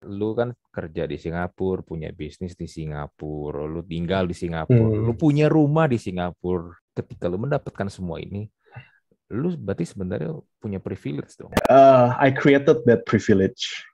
Lu kan kerja di Singapura, punya bisnis di Singapura, lu tinggal di Singapura, lu Hmm. punya rumah di Singapura. Ketika lu mendapatkan semua ini, lu berarti sebenarnya punya privilege dong. I created that privilege.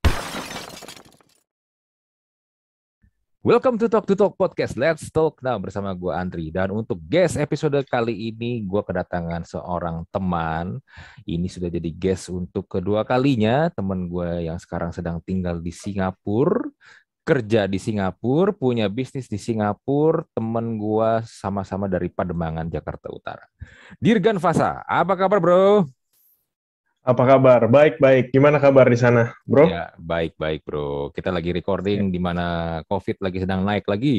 Welcome to Talk Podcast. Let's talk now bersama gue Andri. Dan untuk guest episode kali ini, gue kedatangan seorang teman. Ini sudah jadi guest untuk kedua kalinya. Teman gue yang sekarang sedang tinggal di Singapura, kerja di Singapura, punya bisnis di Singapura. Teman gue sama-sama dari Pademangan, Jakarta Utara. Dirgan Fasa, apa kabar bro? Apa kabar? Baik-baik. Gimana kabar di sana, bro? Ya, baik-baik bro. Kita lagi recording di mana COVID lagi sedang naik lagi.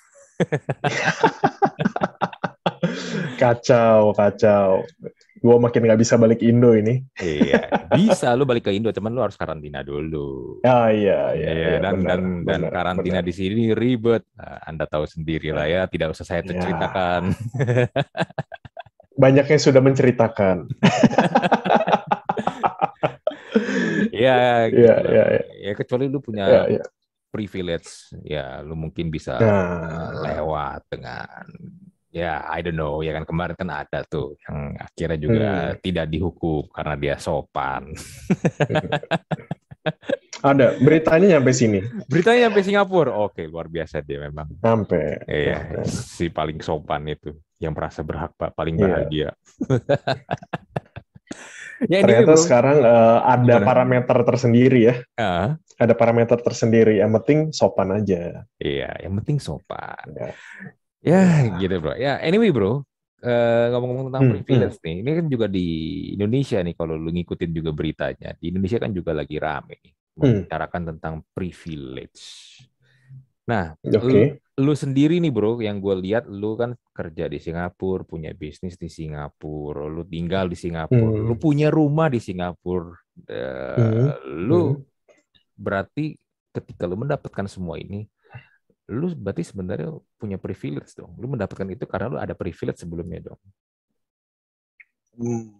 Kacau, kacau. Gua makin nggak bisa balik Indo ini. Iya, bisa lu balik ke Indo, cuman lu harus karantina dulu. Ah, iya, iya, Iya, iya, dan benar, dan dan benar, karantina benar. di sini ribet. Nah, Anda tahu sendiri lah ya, tidak usah saya Ya, ceritakan. banyak yang sudah menceritakan. Ya, Iya, gitulah. iya, iya, Ya kecuali lu punya iya, iya. privilege, ya lu mungkin bisa Nah, lewat dengan ya I don't know ya kan kemarin kan ada tuh yang akhirnya juga hmm. tidak dihukum karena dia sopan. Ada beritanya nyampe sini. Beritanya sampai Singapura. Oke, luar biasa dia memang. Sampai, Iya, sampai. si paling sopan itu, yang merasa berhak, Pak, paling Iya. bahagia. Ya anyway, Ternyata bro. sekarang ada Gimana? parameter tersendiri ya. Ah, Ada parameter tersendiri. Yang penting sopan aja. iya, yang penting sopan. Ya, Ya, ya. gitu, bro. Ya, anyway, bro. Ngomong-ngomong tentang Hmm, hmm, privilege nih, ini kan juga di Indonesia nih, kalau lu ngikutin juga beritanya, di Indonesia kan juga lagi rame nih, hmm. membicarakan tentang privilege. Nah, Oke. lu sendiri nih bro, yang gue lihat lu kan kerja di Singapura, punya bisnis di Singapura, lu tinggal di Singapura, lu Hmm, punya rumah di Singapura. hmm, Lu hmm. berarti ketika lu mendapatkan semua ini, lu berarti sebenarnya punya privilege dong. Lu mendapatkan itu karena lu ada privilege sebelumnya dong. Hmm.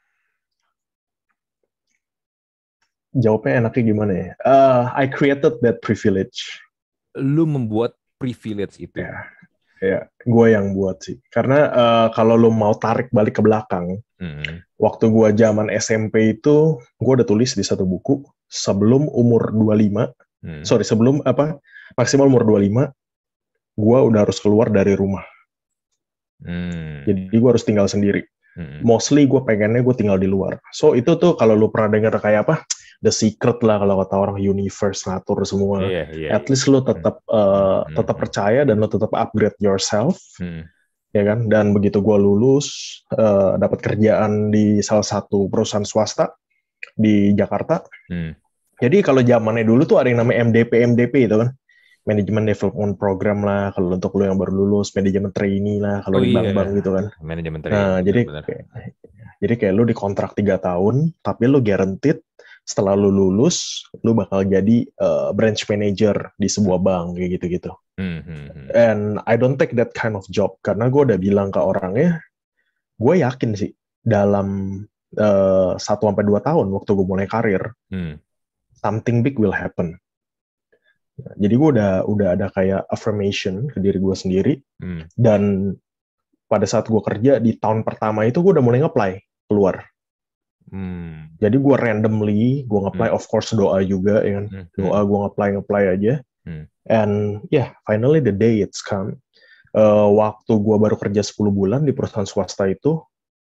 Jawabnya enaknya gimana ya? I created that privilege. Lu membuat privilege itu. Ya, ya, gue yang buat sih. Karena kalau lo mau tarik balik ke belakang, Hmm, waktu gue zaman SMP itu, gue udah tulis di satu buku, sebelum umur 25, hmm, sorry, sebelum apa, maksimal umur 25, gue udah harus keluar dari rumah. hmm, Jadi gue harus tinggal sendiri. hmm. Mostly gue pengennya gue tinggal di luar. So itu tuh kalau lu pernah dengar kayak apa, The Secret lah kalau kata orang, universe ngatur semua. Iya, iya, At iya. least lu Hmm, tetap hmm, hmm, tetap hmm, percaya dan lu tetap upgrade yourself, hmm, ya kan. Dan begitu gue lulus, dapat kerjaan di salah satu perusahaan swasta di Jakarta. hmm. Jadi kalau zamannya dulu tuh ada yang namanya MDP itu kan, Management Development Program lah kalau untuk lu yang baru lulus, manajemen trainee lah kalau Oh di iya, bank-bank gitu kan. manajemen training, Nah, benar-benar. jadi kayak lu dikontrak 3 tahun, tapi lu guaranteed setelah lu lulus, lu bakal jadi branch manager di sebuah bank kayak gitu-gitu. Hmm, hmm, hmm, And I don't take that kind of job karena gue udah bilang ke orangnya, gue yakin sih dalam 1 sampai 2 tahun waktu gue mulai karir, hmm, something big will happen. Jadi gue udah ada kayak affirmation ke diri gue sendiri, hmm, dan pada saat gue kerja di tahun pertama itu gue udah mulai nge-apply keluar. hmm, Jadi gue randomly, gue nge-apply, hmm, of course doa juga, ya kan. hmm, Doa hmm, gue nge-apply aja. hmm, And yeah, finally the day it's come. Waktu gue baru kerja 10 bulan di perusahaan swasta itu,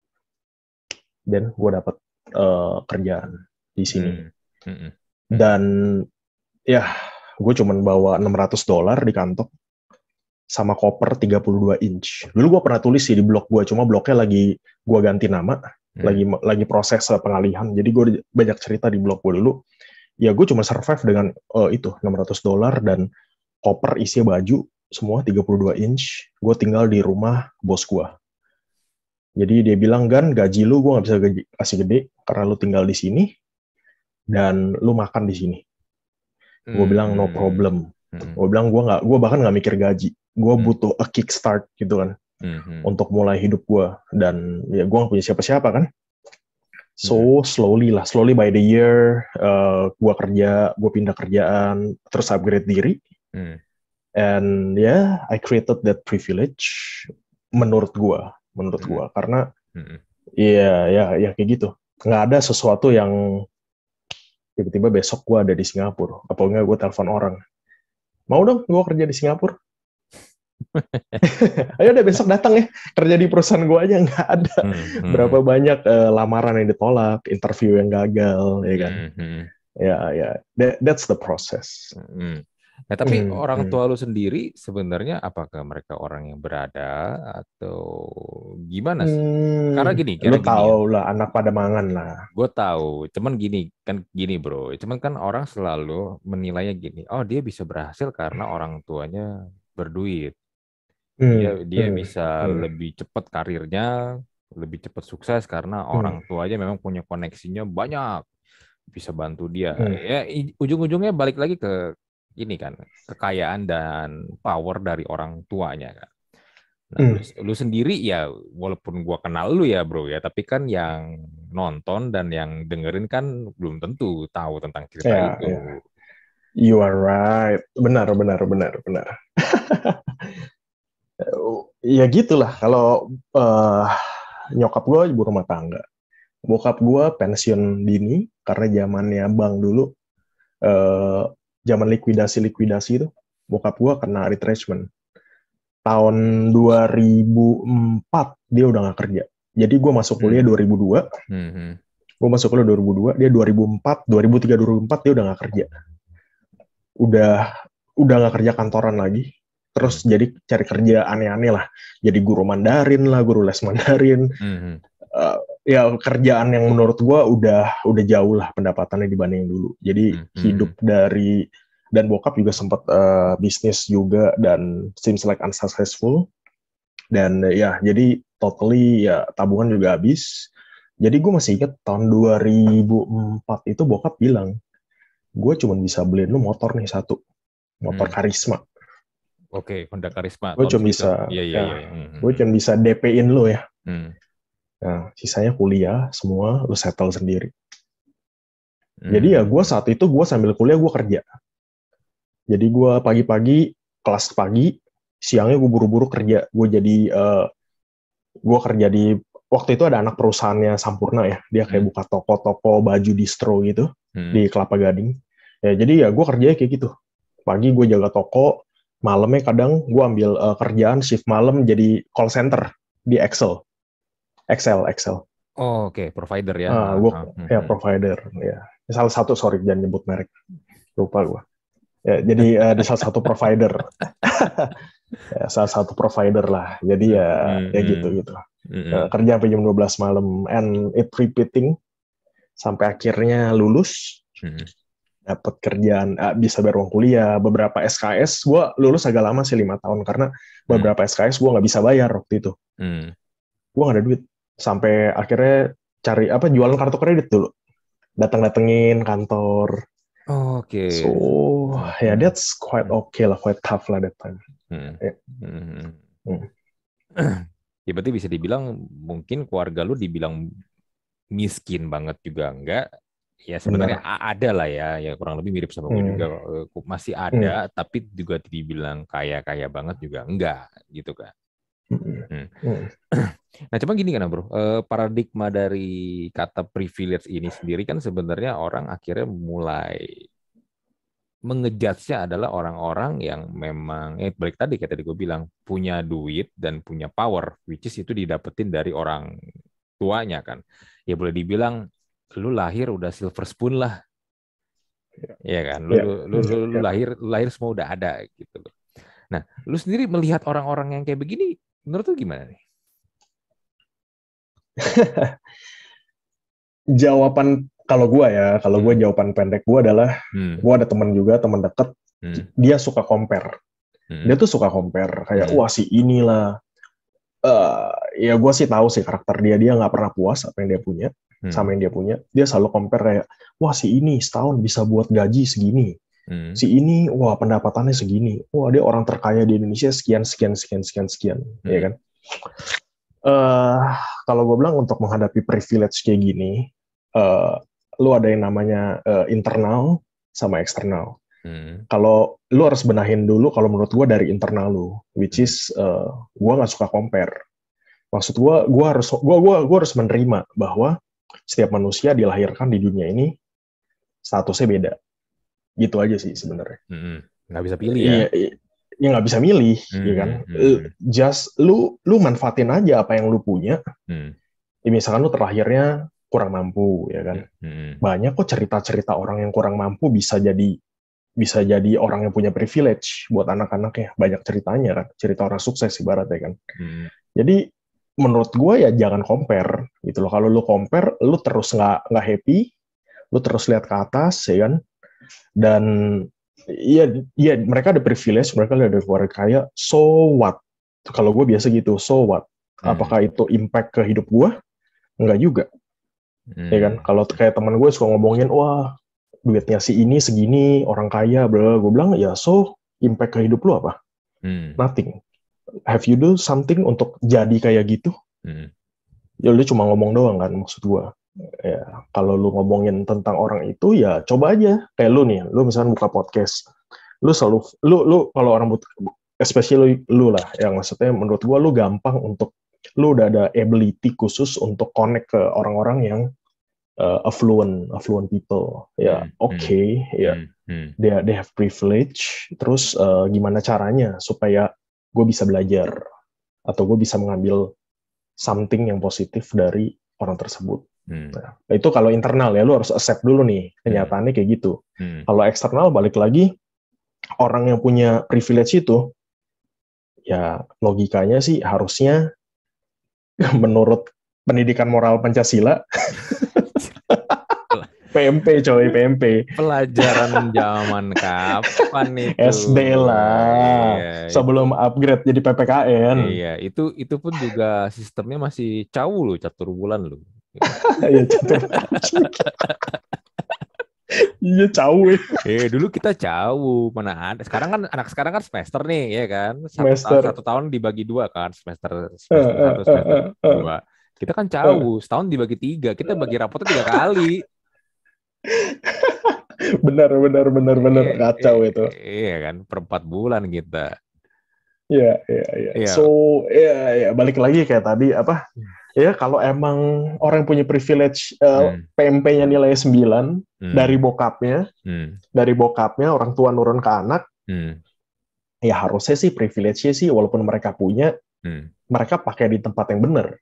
dan gue dapat kerjaan di sini. hmm, hmm, hmm, Dan ya, gue cuman bawa $600 di kantong, sama koper 32 inch. Dulu gue pernah tulis sih di blog gue, cuma blognya lagi gue ganti nama, hmm, lagi proses pengalihan. Jadi gue banyak cerita di blog gue dulu. Ya gue cuma survive dengan itu $600 dan koper isinya baju semua 32 inch. Gue tinggal di rumah bos gue. Jadi dia bilang, Gan, gaji lu gue nggak bisa kasih gede karena lu tinggal di sini dan lu makan di sini. Gue bilang no hmm, problem. hmm, Gue bilang gue bahkan nggak mikir gaji. Gue hmm, butuh a kickstart gitu kan hmm, hmm, untuk mulai hidup gue, dan ya gue gak punya siapa-siapa kan. So slowly by the year, gue pindah kerjaan, terus upgrade diri, and I created that privilege menurut gue, karena ya kayak gitu, nggak ada sesuatu yang tiba-tiba besok gue ada di Singapura, apa enggak gue telepon orang, mau dong gue kerja di Singapura. Ayo deh besok datang ya kerja di perusahaan gue aja, nggak ada. Berapa banyak lamaran yang ditolak, interview yang gagal, ya kan? That's the process. Nah, tapi orang tua lu sendiri sebenarnya apakah mereka orang yang berada atau gimana sih? Karena gini lu tahu lah, anak pada mangan lah. Gue tahu, cuman gini bro, cuman kan orang selalu menilainya gini, oh dia bisa berhasil karena orang tuanya berduit. Dia bisa lebih cepat karirnya, lebih cepat sukses karena orang tuanya memang punya koneksinya banyak, bisa bantu dia. Ya ujung-ujungnya balik lagi ke ini kan, kekayaan dan power dari orang tuanya kan. Nah, lu sendiri ya, walaupun gua kenal lu ya bro ya, tapi kan yang nonton dan yang dengerin kan belum tentu tahu tentang cerita itu. Yeah. You are right, benar. Ya gitulah, kalau nyokap gue ibu rumah tangga, bokap gue pensiun dini karena zamannya bank dulu, zaman likuidasi itu, bokap gue kena retrenchment. Tahun 2004 dia udah gak kerja. Jadi gue masuk kuliah 2002. Gue masuk kuliah 2002, dia 2003 2004 dia udah gak kerja. Udah gak kerja kantoran lagi. Terus jadi cari kerja aneh-aneh lah. Jadi guru Mandarin lah, guru les Mandarin. Ya kerjaan yang menurut gue udah jauh lah pendapatannya dibanding dulu. Jadi hidup dari, dan bokap juga sempat bisnis juga dan seems like unsuccessful. Dan ya jadi totally ya tabungan juga habis. Jadi gue masih ingat tahun 2004 itu bokap bilang, gue cuma bisa beliin lu motor nih satu, motor Karisma. Oke, Honda Karisma. Gue cuma bisa, gue cuma bisa DP-in lo ya. Nah, sisanya kuliah semua, lo settle sendiri. Jadi ya gue saat itu gue sambil kuliah gue kerja. Jadi gue pagi-pagi kelas pagi, siangnya gue buru-buru kerja. Gue kerja di, waktu itu ada anak perusahaannya Sampurna ya. Dia kayak buka toko-toko baju distro gitu di Kelapa Gading. Ya jadi ya gue kerjanya kayak gitu. Pagi gue jaga toko. Malamnya kadang gue ambil kerjaan shift malam jadi call center di Excel. Oh, oke. Provider ya. Provider. Ya. Salah satu, sorry jangan nyebut merek. Lupa gue. Ya, jadi di salah satu provider. Ya, salah satu provider lah. Jadi ya gitu. Kerja sampai jam 12 malam and it repeating sampai akhirnya lulus. Dapat kerjaan, bisa bayar uang kuliah, beberapa SKS, gue lulus agak lama sih 5 tahun, karena beberapa SKS gue nggak bisa bayar waktu itu. Gue nggak ada duit, sampai akhirnya cari jualan kartu kredit dulu, datengin kantor. Oke. So, that's quite okay lah, quite tough lah that time. Ya berarti bisa dibilang, mungkin keluarga lu dibilang miskin banget juga enggak. Ya sebenarnya ada lah ya kurang lebih mirip sama gue juga, masih ada, tapi juga dibilang kaya banget juga enggak gitu kan. Nah cuma gini kan bro, paradigma dari kata privilege ini sendiri kan sebenarnya orang akhirnya mulai mengejudge-nya adalah orang-orang yang memang balik tadi kayak tadi gue bilang punya duit dan punya power, which is itu didapetin dari orang tuanya kan. Ya boleh dibilang lu lahir udah silver spoon lah, ya kan? Lu lahir semua udah ada gitu. Nah, lu sendiri melihat orang-orang yang kayak begini, menurut lu gimana nih? Jawaban kalau gue jawaban pendek gue adalah, gue ada teman deket, dia suka compare. Dia tuh suka compare kayak wah si inilah. Ya gue sih tahu sih karakter dia nggak pernah puas apa yang dia punya. Sama yang dia punya, dia selalu compare kayak, wah si ini setahun bisa buat gaji segini, si ini wah pendapatannya segini, wah dia orang terkaya di Indonesia sekian, ya kan? Kalau gue bilang untuk menghadapi privilege kayak gini, lu ada yang namanya internal sama eksternal. Kalau lu harus benahin dulu, kalau menurut gue dari internal lu, which is gue nggak suka compare. Maksud gue harus menerima bahwa setiap manusia dilahirkan di dunia ini statusnya beda. Gitu aja sih sebenarnya. Nggak bisa pilih ya? Iya nggak bisa milih, ya kan? Just lu manfaatin aja apa yang lu punya. Ya, misalkan lu terlahirnya kurang mampu, ya kan? Banyak kok cerita-cerita orang yang kurang mampu bisa jadi orang yang punya privilege buat anak-anaknya. Banyak ceritanya kan, cerita orang sukses ibaratnya kan. Jadi menurut gue ya jangan compare gitu loh. Kalau lu compare, lu terus nggak happy, lu terus lihat ke atas, ya kan? Dan iya mereka ada privilege, mereka ada keluarga kaya, so what? Kalau gue biasa gitu, so what? Apakah itu impact ke hidup gue? Enggak juga. Ya kan? Kalau kayak teman gue suka ngomongin, wah duitnya si ini segini, orang kaya, bla. Gue bilang, ya so, impact ke hidup lu apa? Nothing. Have you do something untuk jadi kayak gitu? Ya lu cuma ngomong doang kan, maksud gue. Ya, kalau lu ngomongin tentang orang itu, ya coba aja. Kayak lu nih, lu misalnya buka podcast. Lu selalu, lu kalau orang, especially lu lah, yang maksudnya menurut gue lu gampang untuk, lu udah ada ability khusus untuk connect ke orang-orang yang affluent people, ya okay, ya they have privilege. Terus gimana caranya supaya gue bisa belajar atau gue bisa mengambil something yang positif dari orang tersebut. Nah, itu kalau internal ya, lu harus accept dulu nih kenyataannya kayak gitu. Kalau eksternal balik lagi, orang yang punya privilege itu, ya logikanya sih harusnya menurut pendidikan moral Pancasila. PMP coy, PMP. Pelajaran zaman kapan itu? SD lah. Iya, sebelum itu upgrade jadi PPKN. Iya, itu pun juga sistemnya masih cawu loh, catur bulan loh. Iya, catur bulan. Iya, cawu. Dulu kita cawu, mana ada. Sekarang kan anak sekarang kan semester nih, ya kan? Satu tahun dibagi 2 kan, semester 1, semester 2. Kita kan cawu, setahun dibagi 3, kita bagi rapotnya 3 kali. benar kacau itu. Iya kan, per 4 bulan kita. Iya. So ya balik lagi kayak tadi apa? Ya kalau emang orang punya privilege, PMP-nya nilai 9 dari bokapnya orang tua nurun ke anak, ya harusnya sih privilege-nya sih walaupun mereka punya, mereka pakai di tempat yang benar.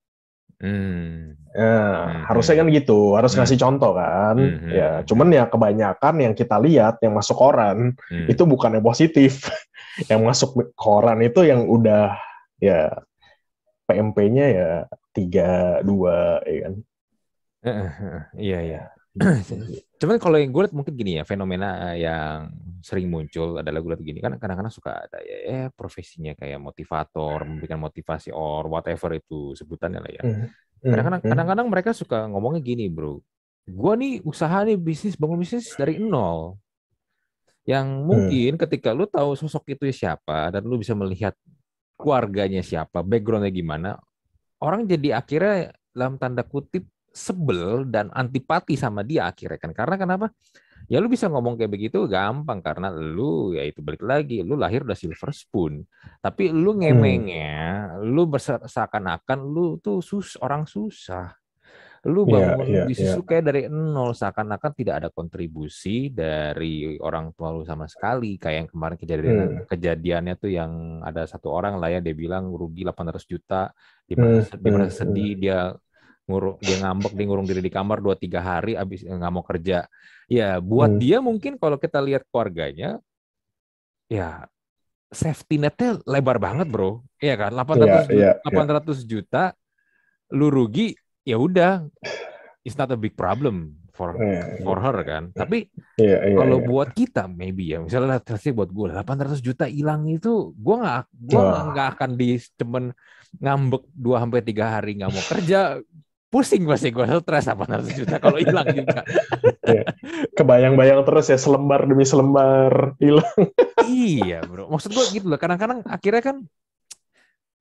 Harusnya kan gitu, harus ngasih contoh kan. Ya, cuman ya kebanyakan yang kita lihat yang masuk koran itu bukan yang positif. Yang masuk koran itu yang udah ya PMP-nya ya 3, 2 ya kan. Iya. Cuman kalau yang gue lihat mungkin gini ya, fenomena yang sering muncul adalah gue lihat gini kan, kadang-kadang suka ada ya profesinya kayak motivator, memberikan motivasi or whatever itu sebutannya lah ya. Kadang-kadang mereka suka ngomongnya gini, bro, gue nih usaha nih bangun bisnis dari nol. Yang mungkin ketika lu tahu sosok itu siapa dan lu bisa melihat keluarganya siapa, backgroundnya gimana, orang jadi akhirnya dalam tanda kutip sebel dan antipati sama dia akhirnya kan. Karena kenapa? Ya lu bisa ngomong kayak begitu gampang karena lu ya itu balik lagi, lu lahir udah silver spoon. Tapi lu ngemengnya, lu seakan-akan lu tuh orang susah. Lu bangun bisnis lu kayak dari nol, seakan-akan tidak ada kontribusi dari orang tua lu sama sekali. Kayak yang kemarin kejadiannya tuh yang ada satu orang lah ya, dia bilang rugi 800 juta, dia merasa sedih, dia ngambek, dia ngurung diri di kamar 2-3 hari abis nggak mau kerja. Ya buat dia mungkin kalau kita lihat keluarganya, ya safety netnya lebar banget, bro. Iya kan, 800 juta lu rugi, ya udah, it's not a big problem for her kan. Tapi kalau buat kita maybe ya, misalnya buat gue 800 juta hilang itu, gue nggak akan cuman ngambek 2-3 hari nggak mau kerja, pusing pasti gue, stres 800 juta kalau hilang juga. Kebayang-bayang terus ya, selembar demi selembar hilang. Iya bro, maksud gue gitu loh. Kadang-kadang akhirnya kan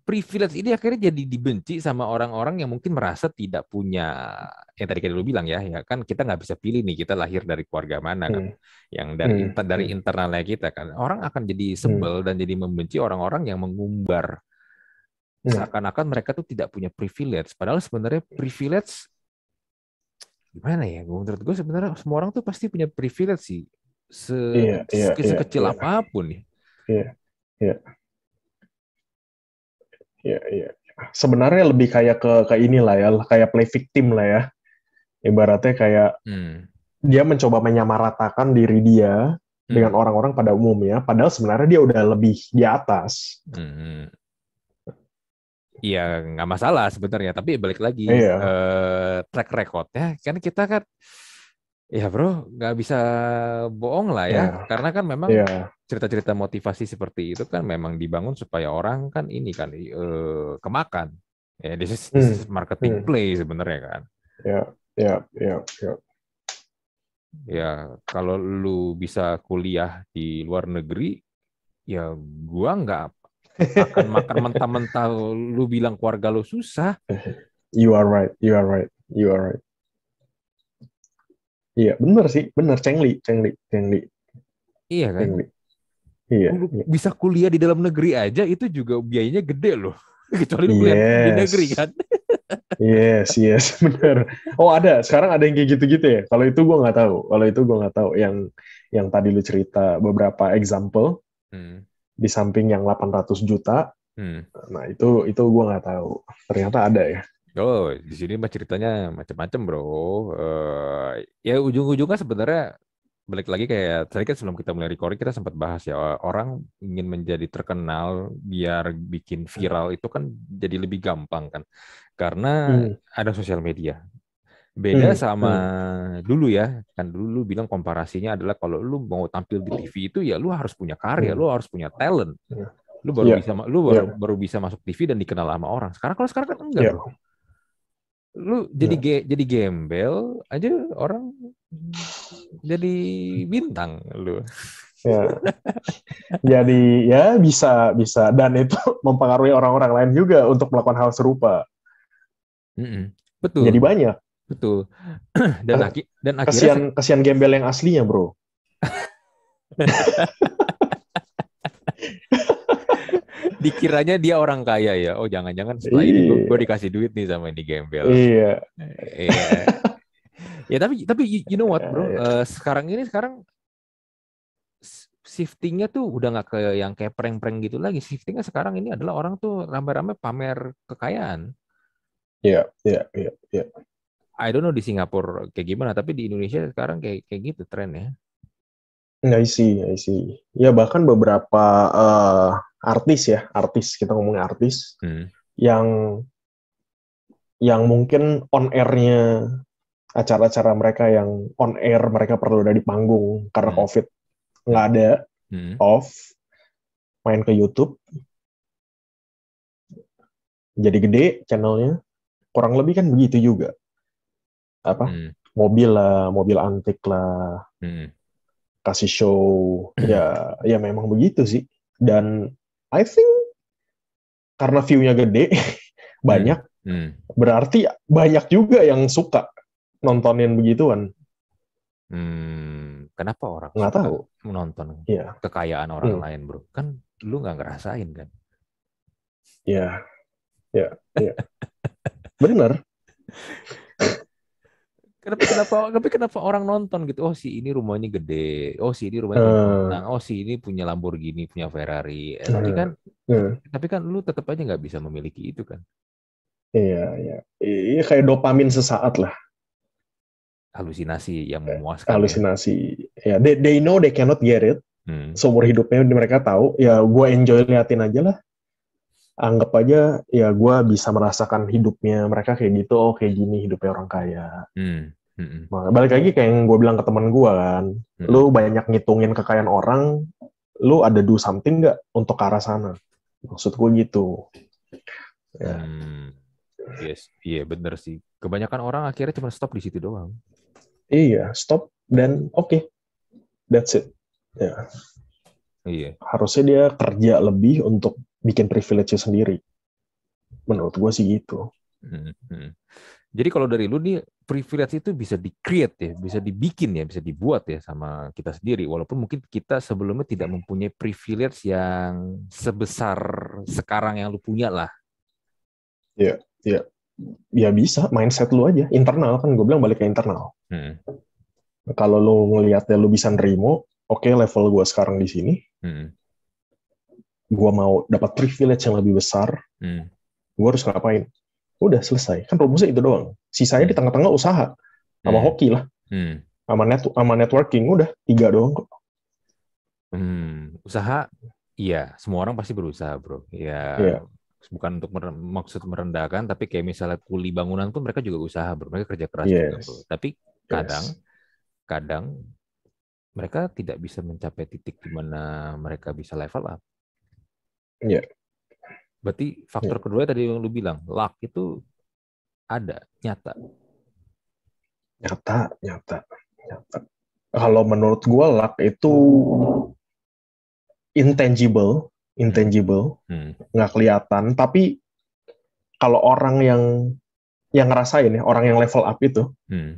privilege ini akhirnya jadi dibenci sama orang-orang yang mungkin merasa tidak punya, yang tadi lu bilang ya kan kita nggak bisa pilih nih kita lahir dari keluarga mana kan, Hmm. yang Hmm. dari Hmm. internalnya kita kan, orang akan jadi Hmm. sebel dan jadi membenci orang-orang yang mengumbar Nah, seakan-akan mereka tuh tidak punya privilege, padahal sebenarnya privilege gimana ya? Menurut gue sebenarnya semua orang tuh pasti punya privilege sih, iya, iya, iya, sekecil iya, apapun ya. iya, iya, iya, iya. Sebenarnya lebih kayak ke inilah ya, kayak play victim lah ya. Ibaratnya kayak Hmm. dia mencoba menyamaratakan diri dia dengan Hmm. orang-orang pada umumnya, padahal sebenarnya dia udah lebih di atas. Hmm. Iya, nggak masalah sebenarnya. Tapi balik lagi, Iya, track recordnya kan kita kan, ya bro, nggak bisa bohong lah ya. iya, Karena kan memang iya. cerita-cerita motivasi seperti itu kan memang dibangun supaya orang kan ini kan kemakan. Ya, this is Hmm. marketing Hmm. play sebenarnya kan. Ya, ya, ya, ya. Ya, kalau lu bisa kuliah di luar negeri, ya gua nggak akan makan mentah-mentah lu bilang keluarga lu susah. You are right, you are right, you are right. Iya, bener sih, bener. Cengli, Cengli, Cengli, Iya kan? Cengli. Iya, Lu iya. bisa kuliah di dalam negeri aja itu juga biayanya gede loh. Kecuali lu kuliah di negeri Yes, kan. yes, yes, bener. Oh ada, sekarang ada yang kayak gitu-gitu ya. Kalau itu gue nggak tahu. Kalau itu gue nggak tahu. Yang tadi lu cerita beberapa example Hmm. di samping yang 800 juta. Hmm. Nah itu gue nggak tahu. Ternyata ada ya. Oh, di sini mah ceritanya macam-macam, bro. Ya ujung-ujungnya sebenarnya balik lagi kayak tadi kan sebelum kita mulai recording kita sempat bahas ya, orang ingin menjadi terkenal biar bikin viral itu kan jadi lebih gampang kan karena Hmm, ada sosial media. Beda hmm, sama hmm, dulu ya, kan dulu lu bilang komparasinya adalah kalau lu mau tampil di TV itu ya lu harus punya karya, hmm, lu harus punya talent. hmm. Lu baru Iya, bisa lu iya, baru bisa masuk TV dan dikenal sama orang. Sekarang kan enggak, iya, bro. Lu iya. jadi gembel aja orang jadi bintang lu. Ya, jadi ya bisa bisa dan itu mempengaruhi orang-orang lain juga untuk melakukan hal serupa. Mm-mm. Betul, Jadi banyak. betul. Dan Ke- akhirnya Kasihan kasihan gembel yang aslinya, bro. dikiranya dia orang kaya ya. Oh, jangan-jangan setelah ini gue Iya, dikasih duit nih sama ini gembel. iya. Iya. Ya tapi you know what, bro? Sekarang shiftingnya tuh udah nggak ke yang kayak prank-prank gitu lagi. Shiftingnya sekarang ini adalah orang tuh rame-rame pamer kekayaan. Iya, iya, iya, iya. I don't know di Singapura kayak gimana, tapi di Indonesia sekarang kayak gitu trennya. I see, I see. Ya bahkan beberapa artis ya, artis kita ngomongin artis Hmm. yang mungkin on air-nya acara-acara mereka yang on air mereka perlu ada di panggung karena Hmm. COVID nggak Hmm. ada, Hmm. off, main ke YouTube, jadi gede channelnya. Kurang lebih kan begitu juga. Apa? Hmm. Mobil lah, mobil antik lah, Hmm. kasih show. Ya, ya memang begitu sih. Dan I think karena view-nya gede, Hmm. banyak, Hmm. berarti banyak juga yang suka nontonin begituan. Kenapa orang Nggak suka tahu. menonton Ya, kekayaan orang lain, bro? Kan lu nggak ngerasain kan? ya, ya, ya. Bener. Kenapa orang nonton gitu? Oh, si ini rumahnya gede. Oh, si ini rumahnya punya Uh, bintang. Oh, si ini punya Lamborghini, punya Ferrari. uh, uh, Tapi kan lu tetap aja nggak bisa memiliki itu kan? iya, iya. Iya, kayak dopamin sesaat lah. Halusinasi yang memuaskan ya. Halusinasi. Ya, they know they cannot get it. Hmm. Seumur hidupnya mereka tahu. Ya, gue enjoy liatin aja lah. Anggap aja, ya gue bisa merasakan hidupnya mereka kayak gitu. Oh, kayak gini hidupnya orang kaya. Hmm. Hmm. Nah, balik lagi kayak yang gue bilang ke teman gue kan. Hmm. Lu banyak ngitungin kekayaan orang, lu ada do something nggak untuk ke arah sana? Maksud gue gitu. Ya. Yes, iya bener sih. Kebanyakan orang akhirnya cuma stop di situ doang. Iya, stop dan oke, that's it. Ya. Iya. Harusnya dia kerja lebih untuk bikin privilege sendiri. Menurut gue sih gitu. Hmm, hmm. Jadi kalau dari lu nih, privilege itu bisa di-create ya, bisa dibikin ya, bisa dibuat ya sama kita sendiri. Walaupun mungkin kita sebelumnya tidak mempunyai privilege yang sebesar sekarang yang lu punya lah. Ya, ya, ya bisa. Mindset lu aja, internal kan. Gue bilang balik ke internal. Hmm, Kalau lu ngelihatnya lu bisa nerimo, oke, level gue sekarang di sini, hmm, gue mau dapat privilege yang lebih besar, hmm, gue harus ngapain? Udah selesai. Kan rumusnya itu doang. Sisanya di hmm, tengah-tengah usaha, sama hmm, hoki lah, hmm, sama networking, udah 3 doang kok. Usaha, iya, semua orang pasti berusaha, bro. Ya, Ya, bukan untuk maksud merendahkan, tapi kayak misalnya kuli bangunan pun mereka juga usaha, bro. Mereka kerja keras juga, bro. yes, Tapi kadang, yes, kadang mereka tidak bisa mencapai titik di mana mereka bisa level up. ya, Berarti faktor ya. kedua tadi yang lu bilang, luck itu ada, nyata. Nyata, nyata, nyata. Kalau menurut gue luck itu intangible, Hmm, intangible, hmm, nggak kelihatan. Tapi kalau orang yang ngerasain ya, orang yang level up itu, hmm,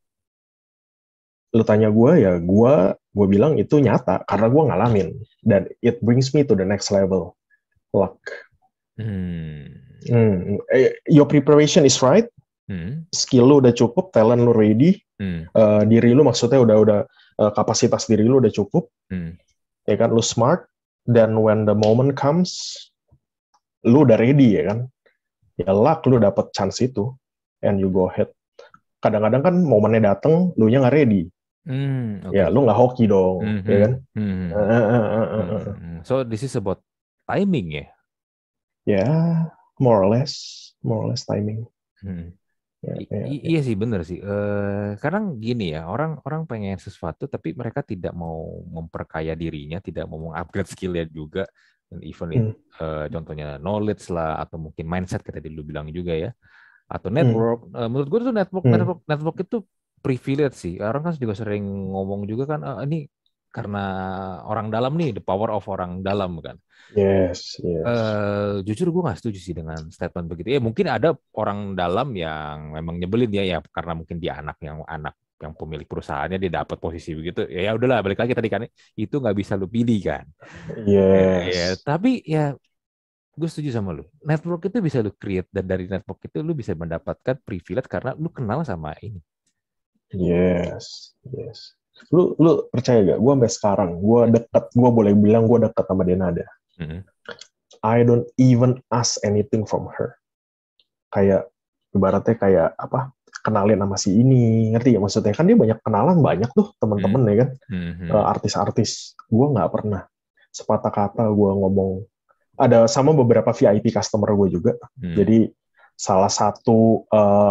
lu tanya gue ya, gue bilang itu nyata karena gue ngalamin dan it brings me to the next level. Luck. hmm, Your preparation is right, hmm, skill lu udah cukup, talent lu ready, hmm, diri lu maksudnya udah kapasitas diri lu udah cukup, hmm. ya kan, lu smart, dan when the moment comes, lu udah ready ya kan, ya luck lu dapet chance itu, and you go ahead. Kadang-kadang kan momennya dateng, lu nya nggak ready, Oke. ya lu nggak hoki Hmm, dong, ya hmm, kan. hmm, Eh, eh, eh, eh, eh, eh. So this is about timing ya. Ya, more or less timing. Hmm. Ya, ya, ya. Iya sih bener sih. Kadang gini ya, orang pengen sesuatu tapi mereka tidak mau memperkaya dirinya, tidak mau mengupgrade skillnya juga. Dan even Hmm, contohnya knowledge lah atau mungkin mindset kayak tadi lu bilang juga ya. Atau hmm, network. Menurut gue tuh network, hmm. network, network itu privilege sih. Orang kan juga sering ngomong juga kan, ini karena orang dalam nih, the power of orang dalam kan. Yes, yes. Jujur gue nggak setuju sih dengan statement begitu. Ya mungkin ada orang dalam yang memang nyebelin ya, ya karena mungkin dia anak yang pemilik perusahaannya dia dapat posisi begitu. Ya ya udahlah balik lagi tadi kan itu nggak bisa lu pilih kan. Ya, Yes, tapi ya gue setuju sama lu. Network itu bisa lu create dan dari network itu lu bisa mendapatkan privilege karena lu kenal sama ini. yes, yes. Lu percaya gak? Gue sampai sekarang, gue deket, gue boleh bilang gue deket sama Denada. Mm-mm. I don't even ask anything from her. Kayak ibaratnya kayak apa? Kenalin sama si ini, ngerti ya maksudnya? Kan dia banyak kenalan, banyak tuh temen-temen Mm. ya kan, Mhm. artis-artis. Gue nggak pernah sepatah kata gue ngomong. Ada sama beberapa VIP customer gue juga. Mm. Jadi salah satu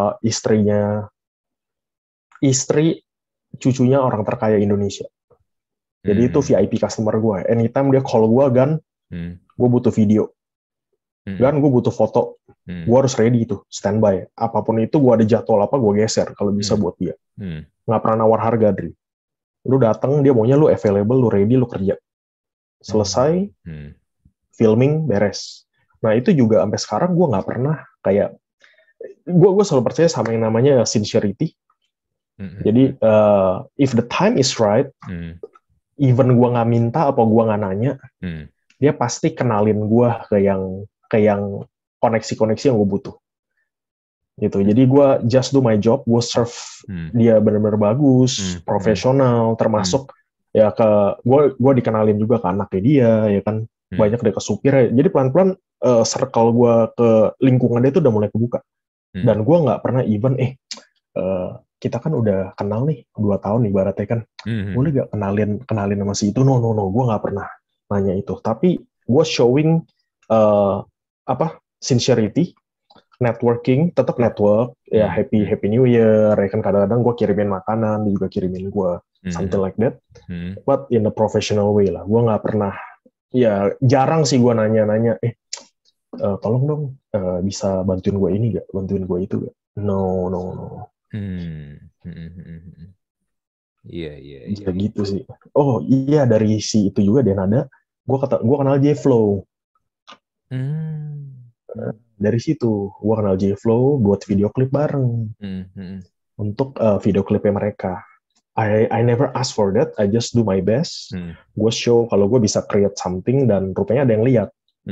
istri cucunya orang terkaya Indonesia. Jadi itu Mm. VIP customer gue. Anytime dia call gue, Gan, Mm. gue butuh video. Mm. Gan, gue butuh foto. Gue Mm. harus ready itu, standby. Apapun itu, gue ada jadwal apa, gue geser kalau bisa Mm. buat dia. Mm. Nggak pernah nawar harga, Dri. Lu datang, dia maunya lu available, lu ready, lu kerja. Selesai, Mm. filming, beres. Nah, itu juga sampai sekarang gue nggak pernah kayak, gue selalu percaya sama yang namanya sincerity. Jadi, Mm. if the time is right, Mm. even gue nggak minta apa gue nggak nanya, Mm. dia pasti kenalin gue ke yang koneksi-koneksi yang gue butuh gitu. Jadi gue just do my job, gue serve Mm. dia benar-benar bagus, Mm. Mm. profesional, Mm. termasuk ya ke gue dikenalin juga ke anaknya dia, ya kan, Mm. banyak deh ke supirnya. Jadi pelan-pelan circle gue ke lingkungan dia itu udah mulai kebuka. Mm. Dan gue nggak pernah even kita kan udah kenal nih 2 tahun ibaratnya kan, boleh Mm. gak kenalin sama si itu? No, gue nggak pernah nanya itu. Tapi gue showing uh, sincerity, networking, tetap network, ya Mm. happy Mm. happy New Year, ya kan, kadang-kadang gue kirimin makanan, dia juga kirimin gue something Mm. like that, Mm. but in a professional way lah. Gue nggak pernah, ya jarang sih gue nanya-nanya, tolong dong, bisa bantuin gue ini gak, bantuin gue itu gak? No, no, no. Mm. Mm. Iya, iya, iya. Bisa gitu sih. Oh iya, dari si itu juga dia nada. Gue kenal J Flow. Mm. Dari situ gue kenal J-Flow buat video klip bareng untuk video klipnya mereka. I never ask for that, I just do my best. Gue show kalau gue bisa create something dan rupanya ada yang lihat.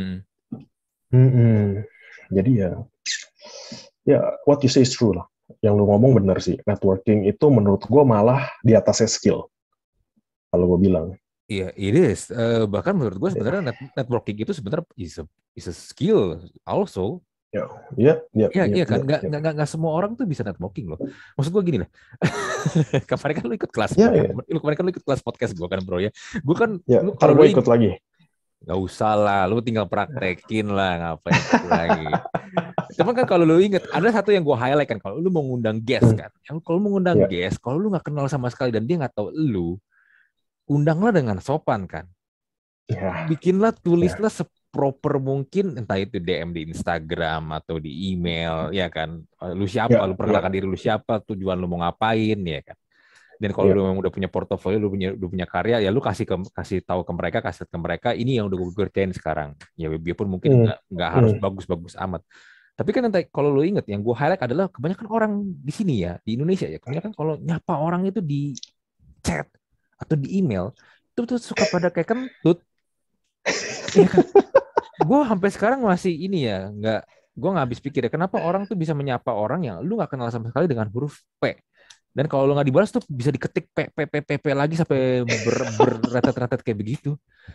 Jadi ya what you say is true lah. Yang lu ngomong bener sih. Networking itu menurut gue malah di atasnya skill. Kalau gue bilang. Iya, it is. Bahkan menurut gue sebenarnya networking itu sebenarnya is a skill also. Iya kan, nggak semua orang tuh bisa networking loh. Maksud gue gini lah. Kemarin kan lu ikut kelas gue kan. Kemarin kan lu ikut kelas podcast gue kan bro ya. Gue kan. Kalau gue ikut lagi. Gak usah lah, lu tinggal praktekin lah, ngapain lagi. Cuman kan kalau lu inget, ada satu yang gue highlight kan, kalau lu mau ngundang guest kan. Kalau lu mau ngundang guest, kalau lu nggak kenal sama sekali dan dia nggak tahu lu, undanglah dengan sopan kan. Bikinlah, tulislah seproper mungkin, entah itu DM di Instagram atau di email, ya kan. Lu siapa, lu perkenalkan diri lu siapa, tujuan lu mau ngapain, ya kan. Dan kalau lu memang udah punya portofolio, lu punya karya, ya lu kasih tahu ke mereka, ini yang udah gue kerjain sekarang. Ya biarpun mungkin nggak harus bagus-bagus amat. Tapi kan kalau lu inget, yang gue highlight adalah kebanyakan orang di sini ya, di Indonesia ya, kebanyakan kalau nyapa orang itu di chat atau di email, itu tuh suka pada kayak kentut. Ya kan? Gue sampai sekarang masih ini ya, gue nggak habis pikir ya, kenapa orang tuh bisa menyapa orang yang lu nggak kenal sama sekali dengan huruf P. Dan kalau lu nggak dibalas tuh bisa diketik P lagi sampai berretet-retet kayak begitu.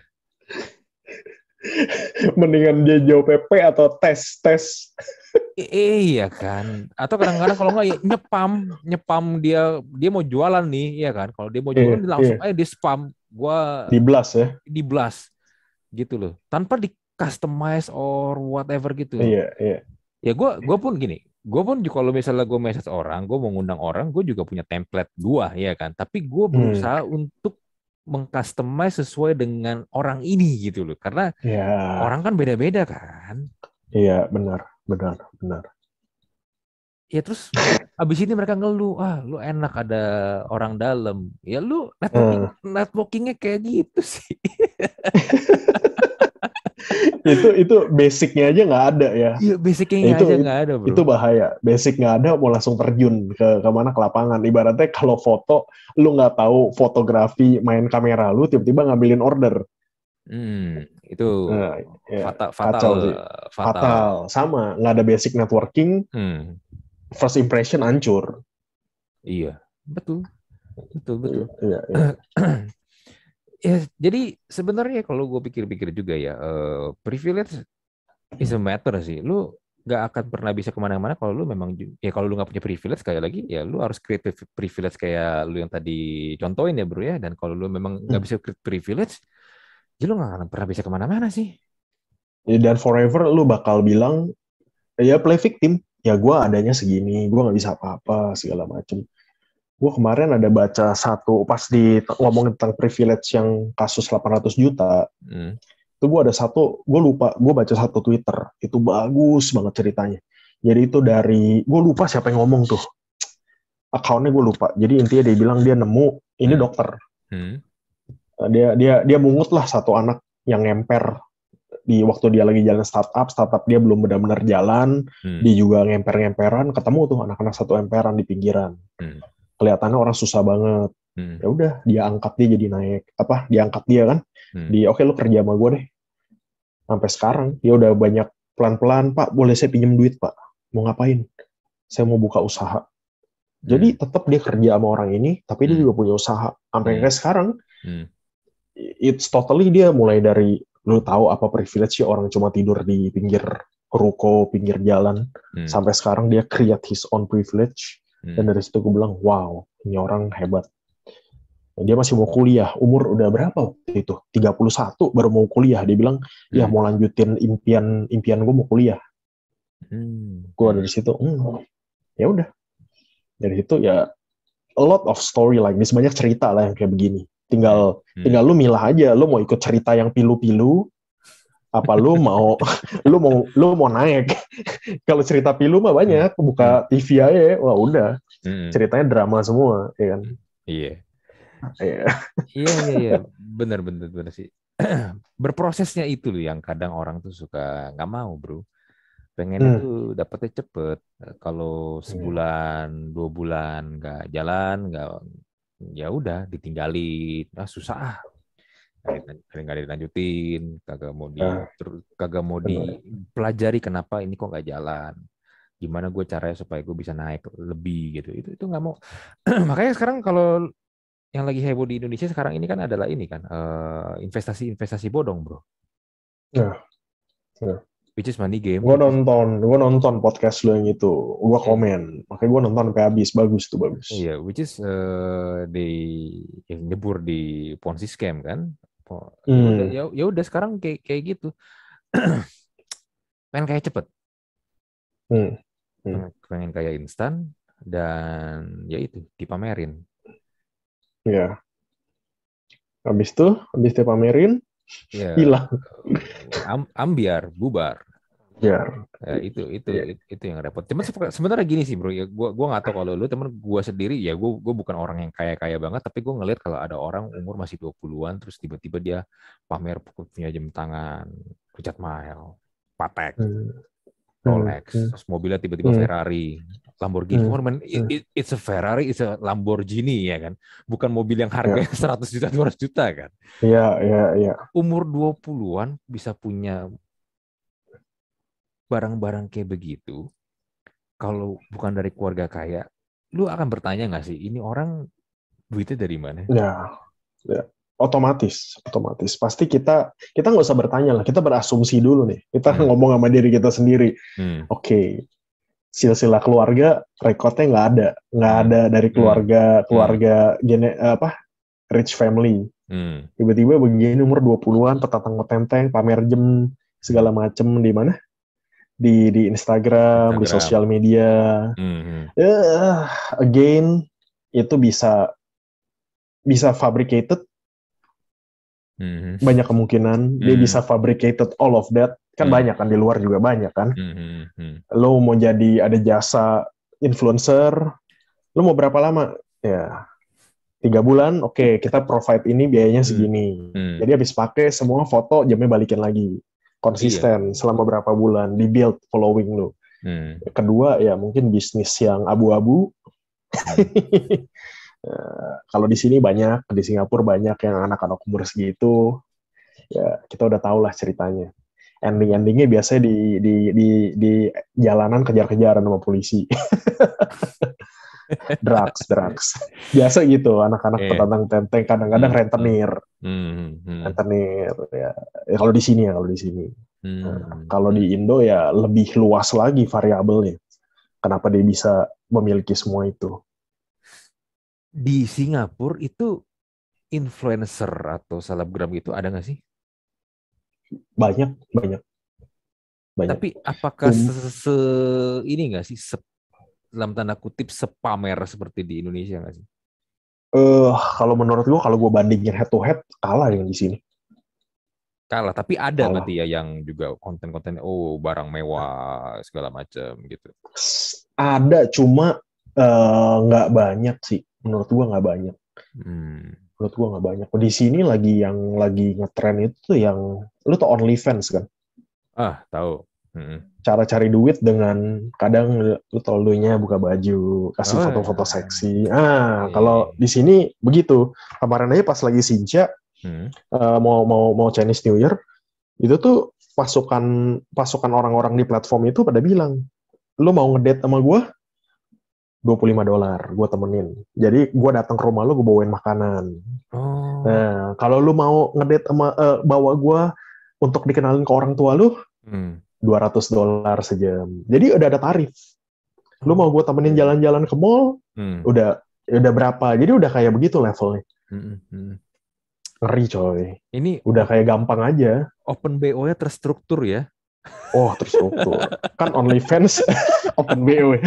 Mendingan dia jawab PP atau tes. Iya kan. Atau kadang-kadang kalau nggak ya nyepam dia mau jualan nih, ya kan. Kalau dia mau jualan dia langsung aja di spam. Gua di blast gitu loh. Tanpa di customize or whatever gitu. Iya. Ya gue pun gini. Gue pun kalau misalnya gue message orang, gue mau ngundang orang, gue juga punya template gue, ya kan. Tapi gue berusaha untuk mengcustomize sesuai dengan orang ini gitu loh. Karena orang kan beda-beda kan. Iya, benar. Ya terus abis ini mereka ngeluh, lu enak ada orang dalam. Ya lu networkingnya kayak gitu sih. itu basicnya aja nggak ada ya. Iya, basicnya aja nggak ada bro. Itu bahaya. Basic nggak ada, mau langsung terjun ke mana, ke lapangan. Ibaratnya kalau foto, lu nggak tahu fotografi, main kamera lu, tiba-tiba ngambilin order. Itu fatal. Sama, nggak ada basic networking. First impression hancur. Iya, betul. Iya. Ya, jadi sebenarnya kalau gue pikir-pikir juga ya, privilege is a matter sih. Lu nggak akan pernah bisa kemana-mana kalau lu memang, ya kalau lu nggak punya privilege, sekali lagi ya lu harus create privilege kayak lu yang tadi contohin ya bro ya. Dan kalau lu memang nggak bisa create privilege, ya lu nggak akan pernah bisa kemana-mana sih. Dan forever lu bakal bilang, ya play victim. Ya gue adanya segini, gue nggak bisa apa-apa segala macem. Gue kemarin ada baca satu, pas ngomongin tentang privilege yang kasus 800 juta, itu gue ada satu, gue baca satu Twitter, itu bagus banget ceritanya. Jadi itu gue lupa siapa yang ngomong tuh, akunnya gue lupa. Jadi intinya dia bilang dia nemu, ini dokter, dia mungut lah satu anak yang ngemper di waktu dia lagi jalan startup dia belum benar-benar jalan, dia juga ngemper-ngemperan, ketemu tuh anak-anak satu emperan di pinggiran. Kelihatannya orang susah banget. Ya udah, dia jadi naik. Diangkat dia kan. Oke, lu kerja sama gue deh. Sampai sekarang dia udah banyak pelan-pelan, Pak, boleh saya pinjam duit, Pak? Mau ngapain? Saya mau buka usaha. Jadi tetap dia kerja sama orang ini, tapi dia juga punya usaha. Sampai kayak sekarang, it's totally dia mulai dari, lu tahu apa privilege ya orang cuma tidur di pinggir ruko, pinggir jalan, sampai sekarang dia create his own privilege. Dan dari situ gue bilang, wow, ini orang hebat. Dia masih mau kuliah, umur udah berapa waktu itu? 31 baru mau kuliah. Dia bilang, ya mau lanjutin impian gue mau kuliah. Gue dari situ, ya udah. Dari situ ya, a lot of story like this, banyak cerita lah yang kayak begini. Tinggal lu milah aja, lu mau ikut cerita yang pilu-pilu, apa lu mau naik. Kalau cerita pilu mah banyak, buka TV aja, wah udah, ceritanya drama semua, ya kan? Iya, benar sih. Berprosesnya itu loh yang kadang orang tuh suka nggak mau bro. pengennya tuh dapetnya cepet. Kalau sebulan 2 bulan nggak jalan, nggak, ya udah ditinggalin. Susah ah. Nggak dilanjutin, Nah, kagak mau benar. dipelajari kenapa ini kok nggak jalan. Gimana gue caranya supaya gue bisa naik lebih gitu. Itu nggak mau. Makanya sekarang kalau yang lagi heboh di Indonesia sekarang ini kan adalah ini kan investasi-investasi bodong, bro. Nah, nah. Which is money game, Gue nonton podcast lo yang itu, gue eh, komen, makanya gue nonton sampai habis, bagus tuh bagus. iya, which is di yang nyebur di Ponzi scam kan. Ya udah, Hmm, ya udah sekarang kayak kayak gitu. Pengen kayak cepet, hmm, hmm. pengen kayak instan dan ya itu dipamerin. Ya, habis itu pamerin, Ya, hilang. ambiar, bubar. Biar, Ya, ya, itu yang repot. Cuman sebenarnya gini sih bro, ya gua nggak tahu kalau lu temen gua sendiri ya gua bukan orang yang kaya banget, tapi gua ngeliat kalau ada orang umur masih 20-an terus tiba-tiba dia pamer punya jam tangan, Richard Mille, Patek, hmm, hmm, Rolex, hmm, terus mobilnya tiba-tiba hmm, Ferrari, Lamborghini. hmm, Come on, man, hmm. it's a Ferrari, it's a Lamborghini ya kan. Bukan mobil yang Ya, harganya 100 juta, 200 juta kan. ya, ya, ya, Umur 20-an bisa punya barang-barang kayak begitu. Kalau bukan dari keluarga kaya, lu akan bertanya nggak sih, ini orang duitnya dari mana? ya, ya. Otomatis. Pasti kita nggak usah bertanya lah, kita berasumsi dulu nih. Kita Hmm, ngomong sama diri kita sendiri. hmm, Oke, silsilah keluarga rekodnya hmm, nggak ada dari hmm, keluarga hmm, keluarga apa rich family. hmm. Tiba-tiba begini umur 20-an tetangga-tenteng pamer jam Hmm. segala macem di mana? Di Instagram, di Instagram. sosial media. Hmm, hmm, Eh, again itu bisa bisa fabricated, hmm, banyak kemungkinan dia hmm, bisa fabricated all of that. Kan hmm, banyak kan di luar juga banyak kan. hmm, hmm, hmm, Lo mau jadi ada jasa influencer, lo mau berapa lama? Ya 3 bulan, oke, kita provide ini biayanya hmm, segini. hmm. Jadi habis pakai semua foto jamnya balikin lagi. Iya. Konsisten selama berapa bulan, di build following lo. Hmm, Kedua ya mungkin bisnis yang abu-abu. hmm. Kalau di sini banyak, di Singapura banyak yang anak-anak umur segitu. Ya kita udah tahu lah ceritanya. Ending-endingnya biasanya di jalanan kejar-kejaran sama polisi. drugs. Biasa gitu, anak-anak Iya. petantang tenteng kadang-kadang Hmm, hmm, rentenir. hmm, hmm, Rentenir ya. Kalau di sini ya, kalau di sini. Nah, hmm, kalau hmm. di Indo ya lebih luas lagi variabelnya. Kenapa dia bisa memiliki semua itu? Di Singapura itu influencer atau selebgram gitu ada nggak sih? Banyak, banyak, banyak. Tapi apakah ini nggak sih, dalam tanda kutip sepamer seperti di Indonesia nggak sih? Kalau menurut gua, kalau gua bandingin head to head, kalah yang di sini. Kalah, tapi ada Kalah. berarti ya yang juga konten-konten oh barang mewah segala macam gitu. Ada, cuma nggak banyak sih. Menurut gua nggak banyak. Hmm. Menurut gua nggak banyak. Di sini lagi ngetren itu tuh yang, lu tuh OnlyFans kan? Ah, tahu. Hmm. Cara cari duit dengan kadang lu tau lunya buka baju, kasih Oh, foto-foto ya. seksi. Iya, Kalau iya. di sini begitu. Kemarin aja pas lagi Sinca, Hmm. mau Chinese New Year, itu tuh pasukan pasukan orang-orang di platform itu pada bilang, lu mau ngedate sama gue, $25, gue temenin. Jadi gue datang ke rumah lu, gue bawain makanan. Oh. Nah, kalau lu mau ngedate sama bawa gue untuk dikenalin ke orang tua lu, Hmm. $200 sejam. Jadi udah ada tarif. Lu mau gue temenin Oke. jalan-jalan ke mall, Hmm. udah berapa. Jadi udah kayak begitu levelnya. Hmm. Hmm. Ngeri coy. Ini Udah kayak gampang aja. open BO-nya terstruktur ya. Oh, terstruktur. Kan OnlyFans open BO.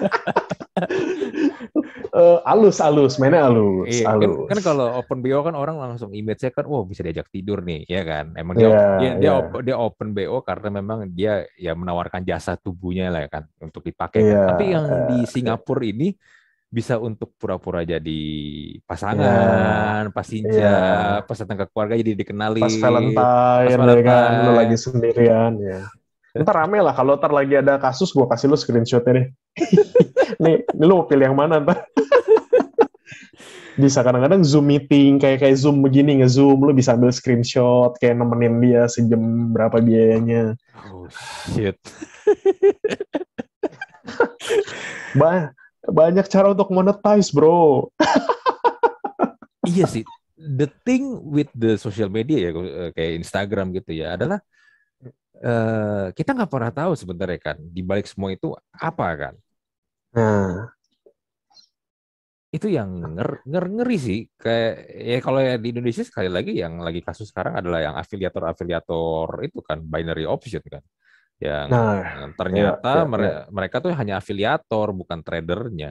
Alus, mainnya alus, Iya, kan alus. kalau open BO kan orang langsung image-nya kan, wow bisa diajak tidur nih, ya kan? Emang dia Iya, dia dia, iya, dia open BO karena memang dia ya menawarkan jasa tubuhnya lah ya kan untuk dipakai kan. iya, Tapi yang di iya, Singapura ini bisa untuk pura-pura jadi iya, pasangan, pas iya. sinja, pas datang ke keluarga jadi Pas dikenalin, pas Valentine, ya kan, lu lagi Valentine. sendirian, ya. Ntar rame lah kalau ntar lagi ada kasus gue kasih lu screenshotnya deh. nih lu mau pilih yang mana ntar? Bisa kadang-kadang Zoom meeting kayak Zoom begini nge-zoom lu bisa ambil screenshot kayak nemenin dia sejam berapa biayanya. Oh shit. Banyak cara untuk monetize, bro. Iya sih. The thing with the social media ya kayak Instagram gitu ya adalah kita nggak pernah tahu sebenarnya kan di balik semua itu apa kan. Nah, Itu yang ngeri sih kayak ya kalau ya di Indonesia sekali lagi yang lagi kasus sekarang adalah yang afiliator itu kan binary option kan yang nah, ternyata ya. mereka tuh hanya afiliator bukan tradernya.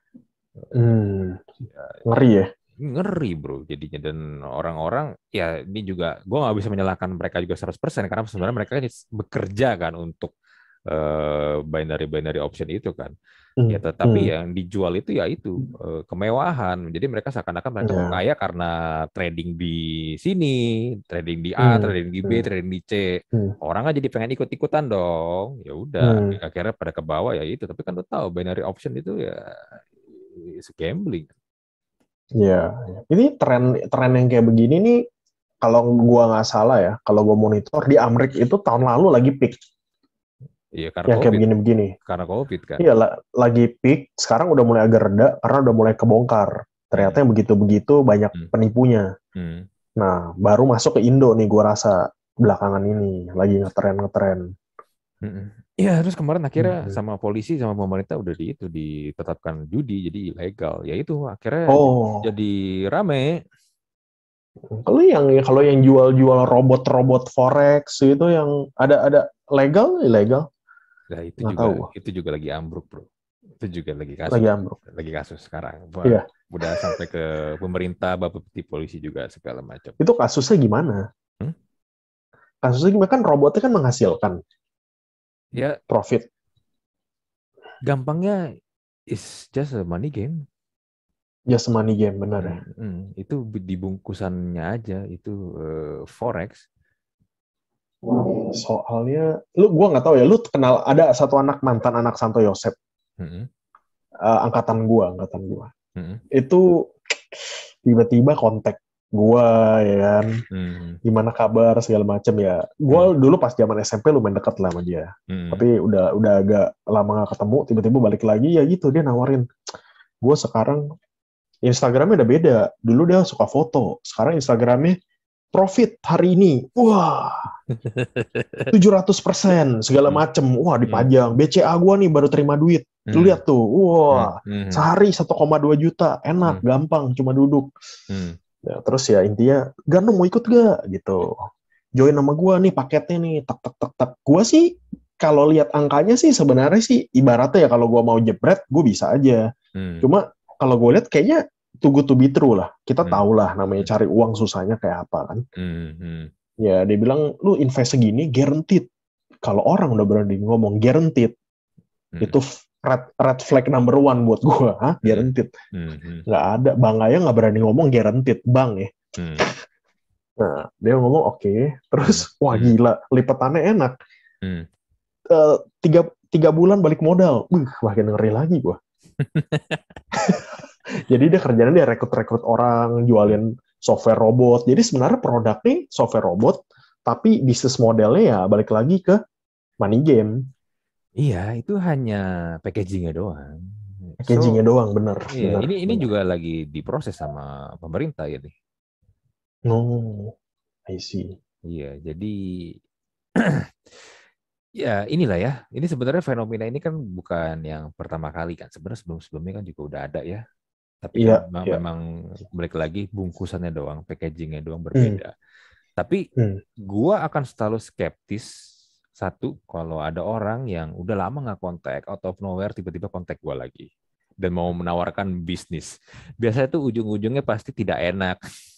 Ngeri ya. Ngeri bro jadinya dan orang-orang ya ini juga gue nggak bisa menyalahkan mereka juga 100% karena sebenarnya mereka kan bekerja kan untuk binary option itu kan. Ya, Hmm, tetapi hmm, yang dijual itu ya itu kemewahan. Jadi mereka seakan-akan mereka kok ya, kaya karena trading di sini, trading di A, hmm, trading di B, hmm, trading di C. hmm, Orang kan jadi pengen ikut-ikutan dong. Ya udah, hmm, akhirnya pada ke bawah ya itu. Tapi kan lo tahu binary option itu ya is gambling. ya. Ini tren yang kayak begini nih, kalau gua nggak salah ya, kalau gua monitor di Amerika itu tahun lalu lagi peak, Iya karena yang kayak COVID, begini-begini. karena COVID kan. Iya, lagi peak. Sekarang udah mulai agak reda karena udah mulai kebongkar. Hmm, Ternyata yang begitu-begitu banyak hmm, penipunya. hmm, Nah, baru masuk ke Indo nih, gua rasa belakangan ini lagi ngetren. hmm. Iya, terus kemarin akhirnya Hmm. sama polisi sama pemerintah udah itu ditetapkan judi jadi ilegal. Ya itu akhirnya Oh, jadi rame. kalau yang jual-jual robot-robot forex itu yang ada legal ilegal Nah, nggak tahu itu juga lagi ambruk, Bro. Itu juga lagi ambruk. lagi kasus sekarang. Wah, Iya, udah sampai ke pemerintah, bapeti polisi juga segala macam. itu kasusnya gimana? Hmm? Kasusnya gimana kan robotnya kan menghasilkan Ya, profit. gampangnya is just a money game. Just money game benar ya. Itu di bungkusannya aja itu forex. Soalnya gua nggak tahu ya, lu kenal ada satu anak mantan anak Santo Yosep, Hmm, angkatan gua. hmm, Itu tiba-tiba kontak gua ya kan, hmm, gimana kabar segala macam ya. hmm, Gua dulu pas zaman SMP lumayan dekat lah sama dia. hmm, Tapi udah agak lama gak ketemu, tiba-tiba balik lagi ya gitu dia nawarin. Gue sekarang Instagramnya udah beda. Dulu dia suka foto, sekarang Instagramnya profit hari ini. Wah, 700% segala hmm, macem. Wah, hmm, dipajang. BCA gua nih baru terima duit. Lu hmm, lihat tuh. hmm, Wah, hmm, sehari 1,2 juta. Enak, hmm, gampang, cuma duduk. hmm. Ya, terus ya intinya, Gano mau ikut gak? Gitu. Join sama gua nih paketnya nih. Tak tak tak tak. Gua sih kalau lihat angkanya sih sebenarnya sih ibaratnya ya kalau gua mau jebret, gue bisa aja. Hmm, Cuma kalau gue lihat kayaknya too good to be true lah. Kita hmm, tahu lah namanya hmm, cari uang susahnya kayak apa kan. hmm, hmm, Ya dia bilang lu invest segini guaranteed. Kalau orang udah berani ngomong guaranteed, hmm, itu red flag number one buat gue. Hah? hmm, Guaranteed. hmm, hmm, Nggak ada. Bang Aya nggak berani ngomong guaranteed. Bang ya. hmm, Nah, dia ngomong oke. Terus, hmm, wah hmm, gila. Lipatannya enak. hmm. Tiga bulan balik modal. Makin ngeri lagi gue. Jadi dia kerjanya dia rekrut-rekrut orang, Hmm. jualin software robot. Jadi sebenarnya produknya software robot, tapi bisnis modelnya ya balik lagi ke money game. Iya, itu hanya packagingnya doang. So, Packagingnya doang, bener, iya, bener, ini bener. juga lagi diproses sama pemerintah ya nih. Oh, I see. Iya, jadi ya inilah ya. Ini sebenarnya fenomena ini kan bukan yang pertama kali kan. Sebenarnya sebelum-sebelumnya kan juga udah ada ya. Tapi kan Iya, iya. memang balik lagi bungkusannya doang, packagingnya doang Hmm, berbeda. Tapi hmm. gua akan selalu skeptis satu kalau ada orang yang udah lama nggak kontak, out of nowhere tiba-tiba kontak gua lagi dan mau menawarkan bisnis. Biasanya tuh ujung-ujungnya pasti tidak enak.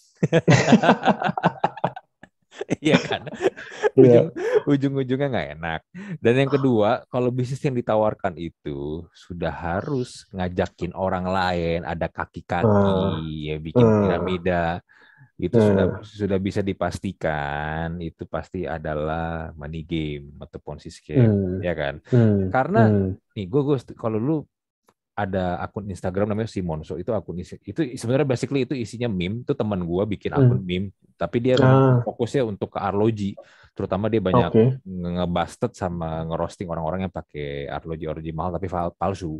Iya kan? Ujung Iya. ujung-ujungnya nggak enak. Dan yang kedua, kalau bisnis yang ditawarkan itu sudah harus ngajakin orang lain, ada kaki-kaki Uh, ya bikin uh, piramida itu sudah bisa dipastikan itu pasti adalah money game atau Ponzi scam, ya kan? Karena nih gue kalau lu ada akun Instagram namanya Simonso, itu itu sebenarnya basically itu isinya meme, itu teman gue bikin akun meme, tapi dia fokusnya untuk ke arloji, terutama dia banyak ngebasted sama ngerosting orang-orang yang pakai arloji mahal tapi palsu.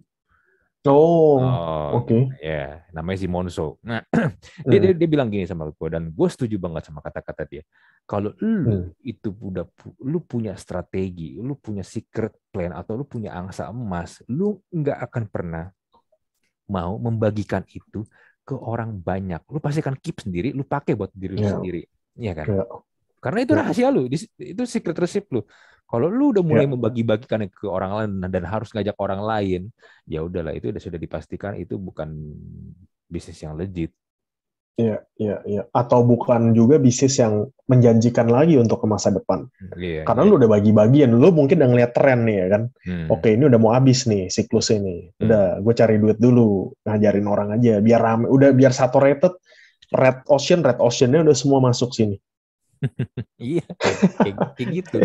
Ya, namanya Simonso. Nah, dia bilang gini sama gue, dan gue setuju banget sama kata-kata dia. Kalau lu punya strategi, lu punya secret plan atau lu punya angsa emas, lu nggak akan pernah mau membagikan itu ke orang banyak. Lu pasti akan keep sendiri, lu pakai buat diri lu sendiri, ya kan? Karena itu rahasia lu, itu secret recipe lu. Kalau lu udah mulai membagi-bagikan ke orang lain dan harus ngajak orang lain, ya udahlah, itu sudah dipastikan itu bukan bisnis yang legit. Iya. Atau bukan juga bisnis yang menjanjikan lagi untuk ke masa depan. Karena lu udah bagi-bagian, lu mungkin udah ngeliat tren nih ya kan. Oke, ini udah mau habis nih siklus ini. Udah, gue cari duit dulu, ngajarin orang aja, biar rame, udah biar saturated, red ocean-nya udah semua masuk sini. Iya, kayak gitu.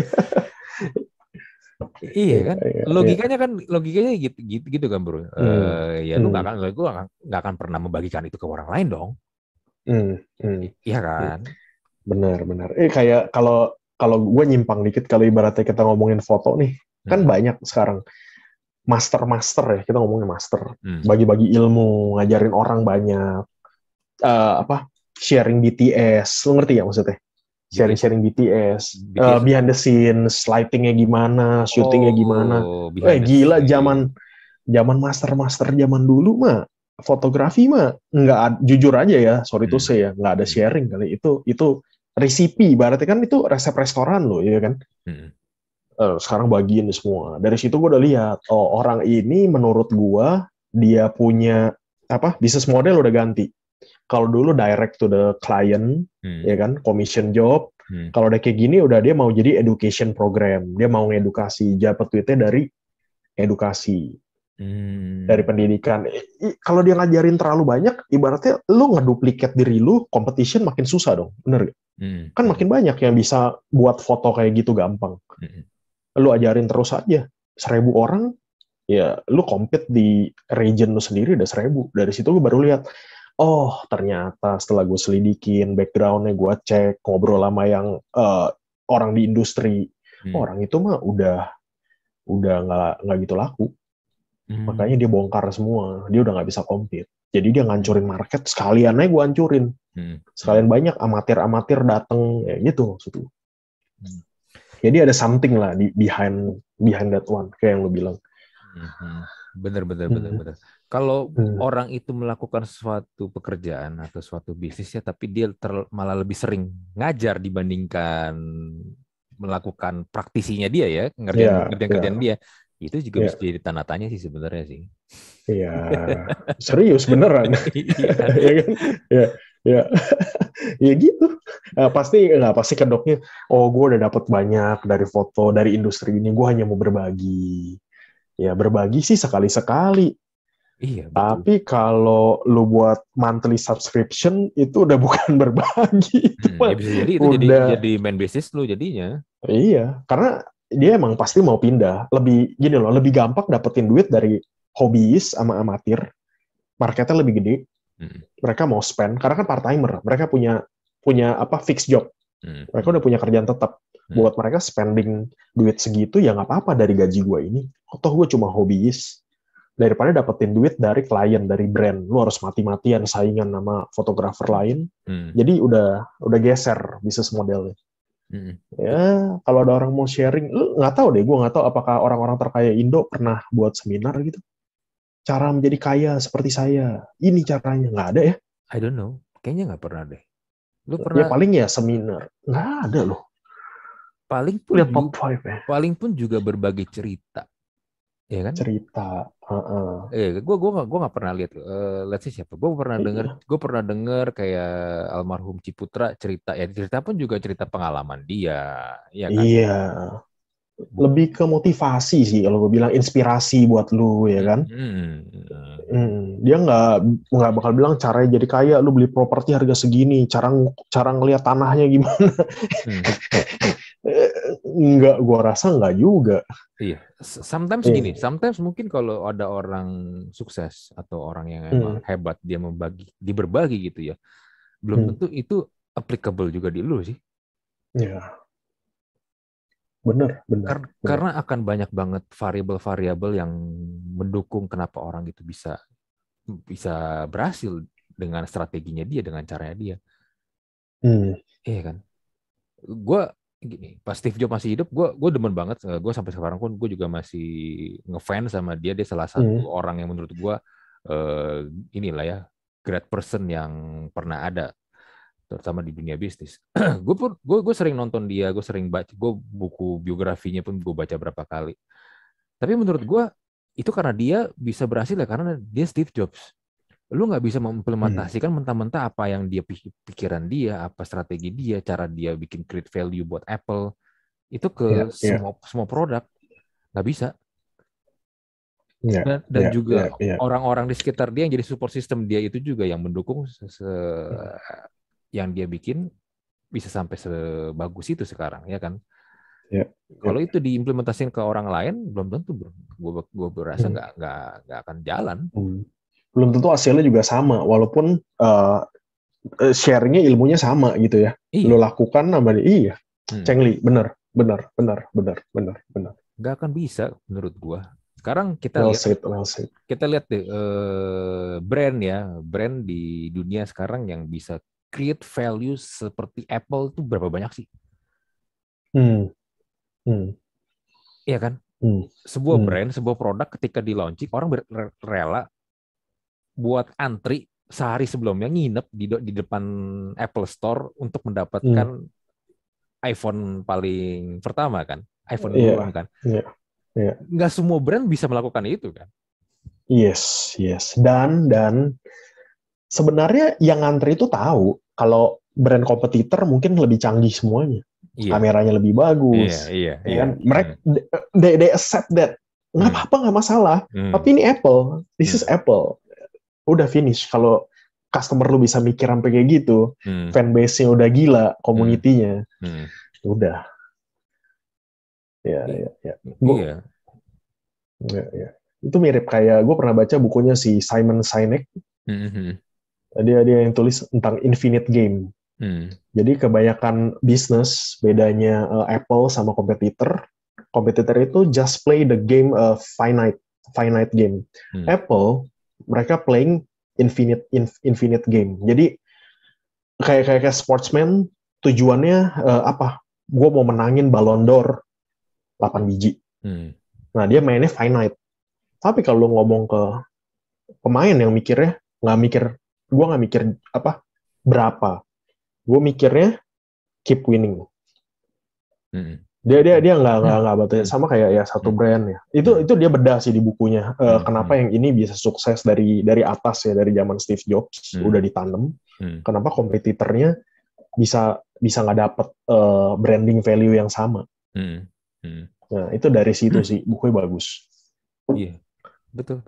Iya kan, logikanya gitu kan bro. Ya lu nggak akan pernah membagikan itu ke orang lain dong. Iya kan. Benar. Kayak kalau gue nyimpang dikit, kalau ibaratnya kita ngomongin foto nih, kan banyak sekarang master ya, kita ngomongin master, bagi-bagi ilmu, ngajarin orang banyak, sharing BTS, lu ngerti ya maksudnya? Sharing BTS. Behind the scenes, lightingnya gimana, shootingnya gimana. Gila, zaman master zaman dulu mah fotografi mah nggak, jujur aja ya, sorry to say ya, nggak ada sharing kali. Itu resipi, berarti kan itu resep restoran loh, ya kan? Sekarang bagiin semua. Dari situ gue udah lihat, orang ini menurut gue dia punya bisnis model udah ganti. Kalau dulu direct to the client, ya kan, commission job. Kalau udah kayak gini, udah dia mau jadi education program. Dia mau ngedukasi, dapat duitnya dari edukasi, dari pendidikan. Kalau dia ngajarin terlalu banyak, ibaratnya lu ngeduplikat diri lu, competition makin susah dong, bener gak? Kan makin banyak yang bisa buat foto kayak gitu gampang. Lu ajarin terus aja, 1.000 orang, ya lu compete di region lu sendiri udah 1.000. Dari situ gue baru lihat, ternyata setelah gue selidikin background-nya, gue cek, ngobrol sama yang orang di industri, orang itu mah udah nggak gitu laku. Makanya dia bongkar semua, dia udah nggak bisa compete. Jadi dia ngancurin market, sekalian aja gue hancurin. Sekalian banyak amatir dateng, ya gitu maksudnya. Jadi ada something lah behind that one, kayak yang lu bilang. Bener. Kalau orang itu melakukan suatu pekerjaan atau suatu bisnisnya, tapi dia malah lebih sering ngajar dibandingkan melakukan praktisinya dia ya, ngerjain kerjaan dia, itu juga bisa jadi tanda tanya sih sebenarnya sih. Iya, serius beneran. Ya kan? Ya. Ya gitu. Pasti kedoknya, gue udah dapat banyak dari foto, dari industri ini, gue hanya mau berbagi. Ya berbagi sih sekali-sekali. Iya, betul. Tapi kalau lu buat monthly subscription, itu udah bukan berbagi. Ya bisa jadi itu jadi main business lu jadinya. Iya, karena dia emang pasti mau pindah. Lebih gampang dapetin duit dari hobiis sama amatir. Marketnya lebih gede. Mereka mau spend, karena kan part-timer. Mereka punya fixed job. Mereka udah punya kerjaan tetap. Buat mereka spending duit segitu, ya nggak apa-apa dari gaji gue ini. Toh gue cuma hobiis. Daripada dapetin duit dari klien, dari brand. Lu harus mati-matian saingan sama fotografer lain. Jadi udah geser bisnis modelnya. Ya, kalau ada orang mau sharing, lu nggak tahu deh, gue nggak tahu apakah orang-orang terkaya Indo pernah buat seminar gitu. Cara menjadi kaya seperti saya, ini caranya, nggak ada ya? I don't know, kayaknya nggak pernah deh. Lu pernah? Ya paling ya seminar, nggak ada loh. Paling pun juga berbagi cerita. Ya kan? Cerita. Gue nggak pernah lihat. Let's see siapa. Gue pernah dengar kayak almarhum Ciputra cerita. Ya cerita pun juga cerita pengalaman dia. Ya kan? Iya. lebih ke motivasi sih kalau gue bilang, inspirasi buat lu ya kan. Dia nggak bakal bilang caranya jadi kaya lu beli properti harga segini, cara ngelihat tanahnya gimana. Nggak, gue rasa nggak juga. Iya, sometimes gini, sometimes mungkin kalau ada orang sukses atau orang yang emang hebat dia berbagi gitu ya, belum tentu itu applicable juga di lu sih. Ya, benar. Karena akan banyak banget variabel-variabel yang mendukung kenapa orang itu bisa berhasil dengan strateginya dia, dengan caranya dia. Iya kan? Gue gini, pas Steve Jobs masih hidup, gue demen banget. Gue sampai sekarang pun gue juga masih ngefans sama dia. Dia salah satu orang yang menurut gue inilah ya, great person yang pernah ada, terutama di dunia bisnis. gue sering nonton dia, gue sering baca, gue buku biografinya pun gue baca berapa kali. Tapi menurut gue itu karena dia bisa berhasil ya karena dia Steve Jobs. Lu nggak bisa mengimplementasikan mentah-mentah apa yang dia pikiran dia, apa strategi dia, cara dia bikin create value buat Apple itu ke semua produk, nggak bisa. Dan juga orang-orang di sekitar dia yang jadi support system dia itu juga yang mendukung yang dia bikin bisa sampai sebagus itu sekarang, ya kan? Kalau itu diimplementasikan ke orang lain, belum tentu, bro. Gue berasa nggak akan jalan. Belum tentu hasilnya juga sama, walaupun sharingnya ilmunya sama gitu ya. Lo lakukan sama dia. Cengli, benar. Nggak akan bisa menurut gue. Sekarang kita lihat deh brand di dunia sekarang yang bisa create value seperti Apple itu berapa banyak sih? Iya kan? Sebuah brand, sebuah produk ketika di launching, orang rela buat antri sehari sebelumnya, nginep di depan Apple Store untuk mendapatkan iPhone paling pertama kan, iPhone duluan kan. Nggak semua brand bisa melakukan itu kan. Yes. Dan sebenarnya yang ngantri itu tahu kalau brand kompetitor mungkin lebih canggih semuanya. Kameranya lebih bagus. Mereka they accept that. Nggak apa-apa, nggak masalah. Tapi ini Apple. This is Apple. Udah finish. Kalau customer lu bisa mikir sampai kayak gitu, fanbase-nya udah gila, community-nya. Udah. Ya. Itu mirip kayak gue pernah baca bukunya si Simon Sinek. Dia yang tulis tentang infinite game. Jadi kebanyakan bisnis bedanya Apple sama kompetitor itu just play the game finite game. Apple mereka playing infinite game. Jadi kayak sportsman tujuannya apa? Gue mau menangin Ballon d'Or 8 biji. Nah dia mainnya finite. Tapi kalau lo ngomong ke pemain yang mikirnya gue nggak mikir apa berapa. Gue mikirnya keep winning. Dia nggak batas sama kayak ya satu brand ya. Itu dia bedah sih di bukunya. Kenapa yang ini bisa sukses dari atas ya, dari zaman Steve Jobs udah ditanam. Kenapa kompetitornya bisa nggak dapet branding value yang sama. Nah itu dari situ sih bukunya bagus. Iya, betul.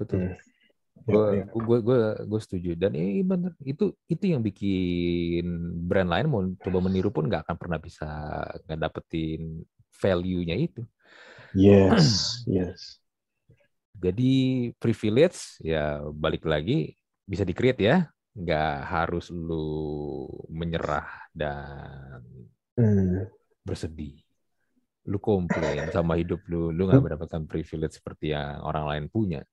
Gue setuju, dan ini benar, itu yang bikin brand lain mau coba meniru pun nggak akan pernah bisa dapetin value-nya itu. Yes. Jadi privilege ya balik lagi bisa di-create ya, nggak harus lu menyerah dan bersedih. Lu komplain sama hidup lu nggak mendapatkan privilege seperti yang orang lain punya.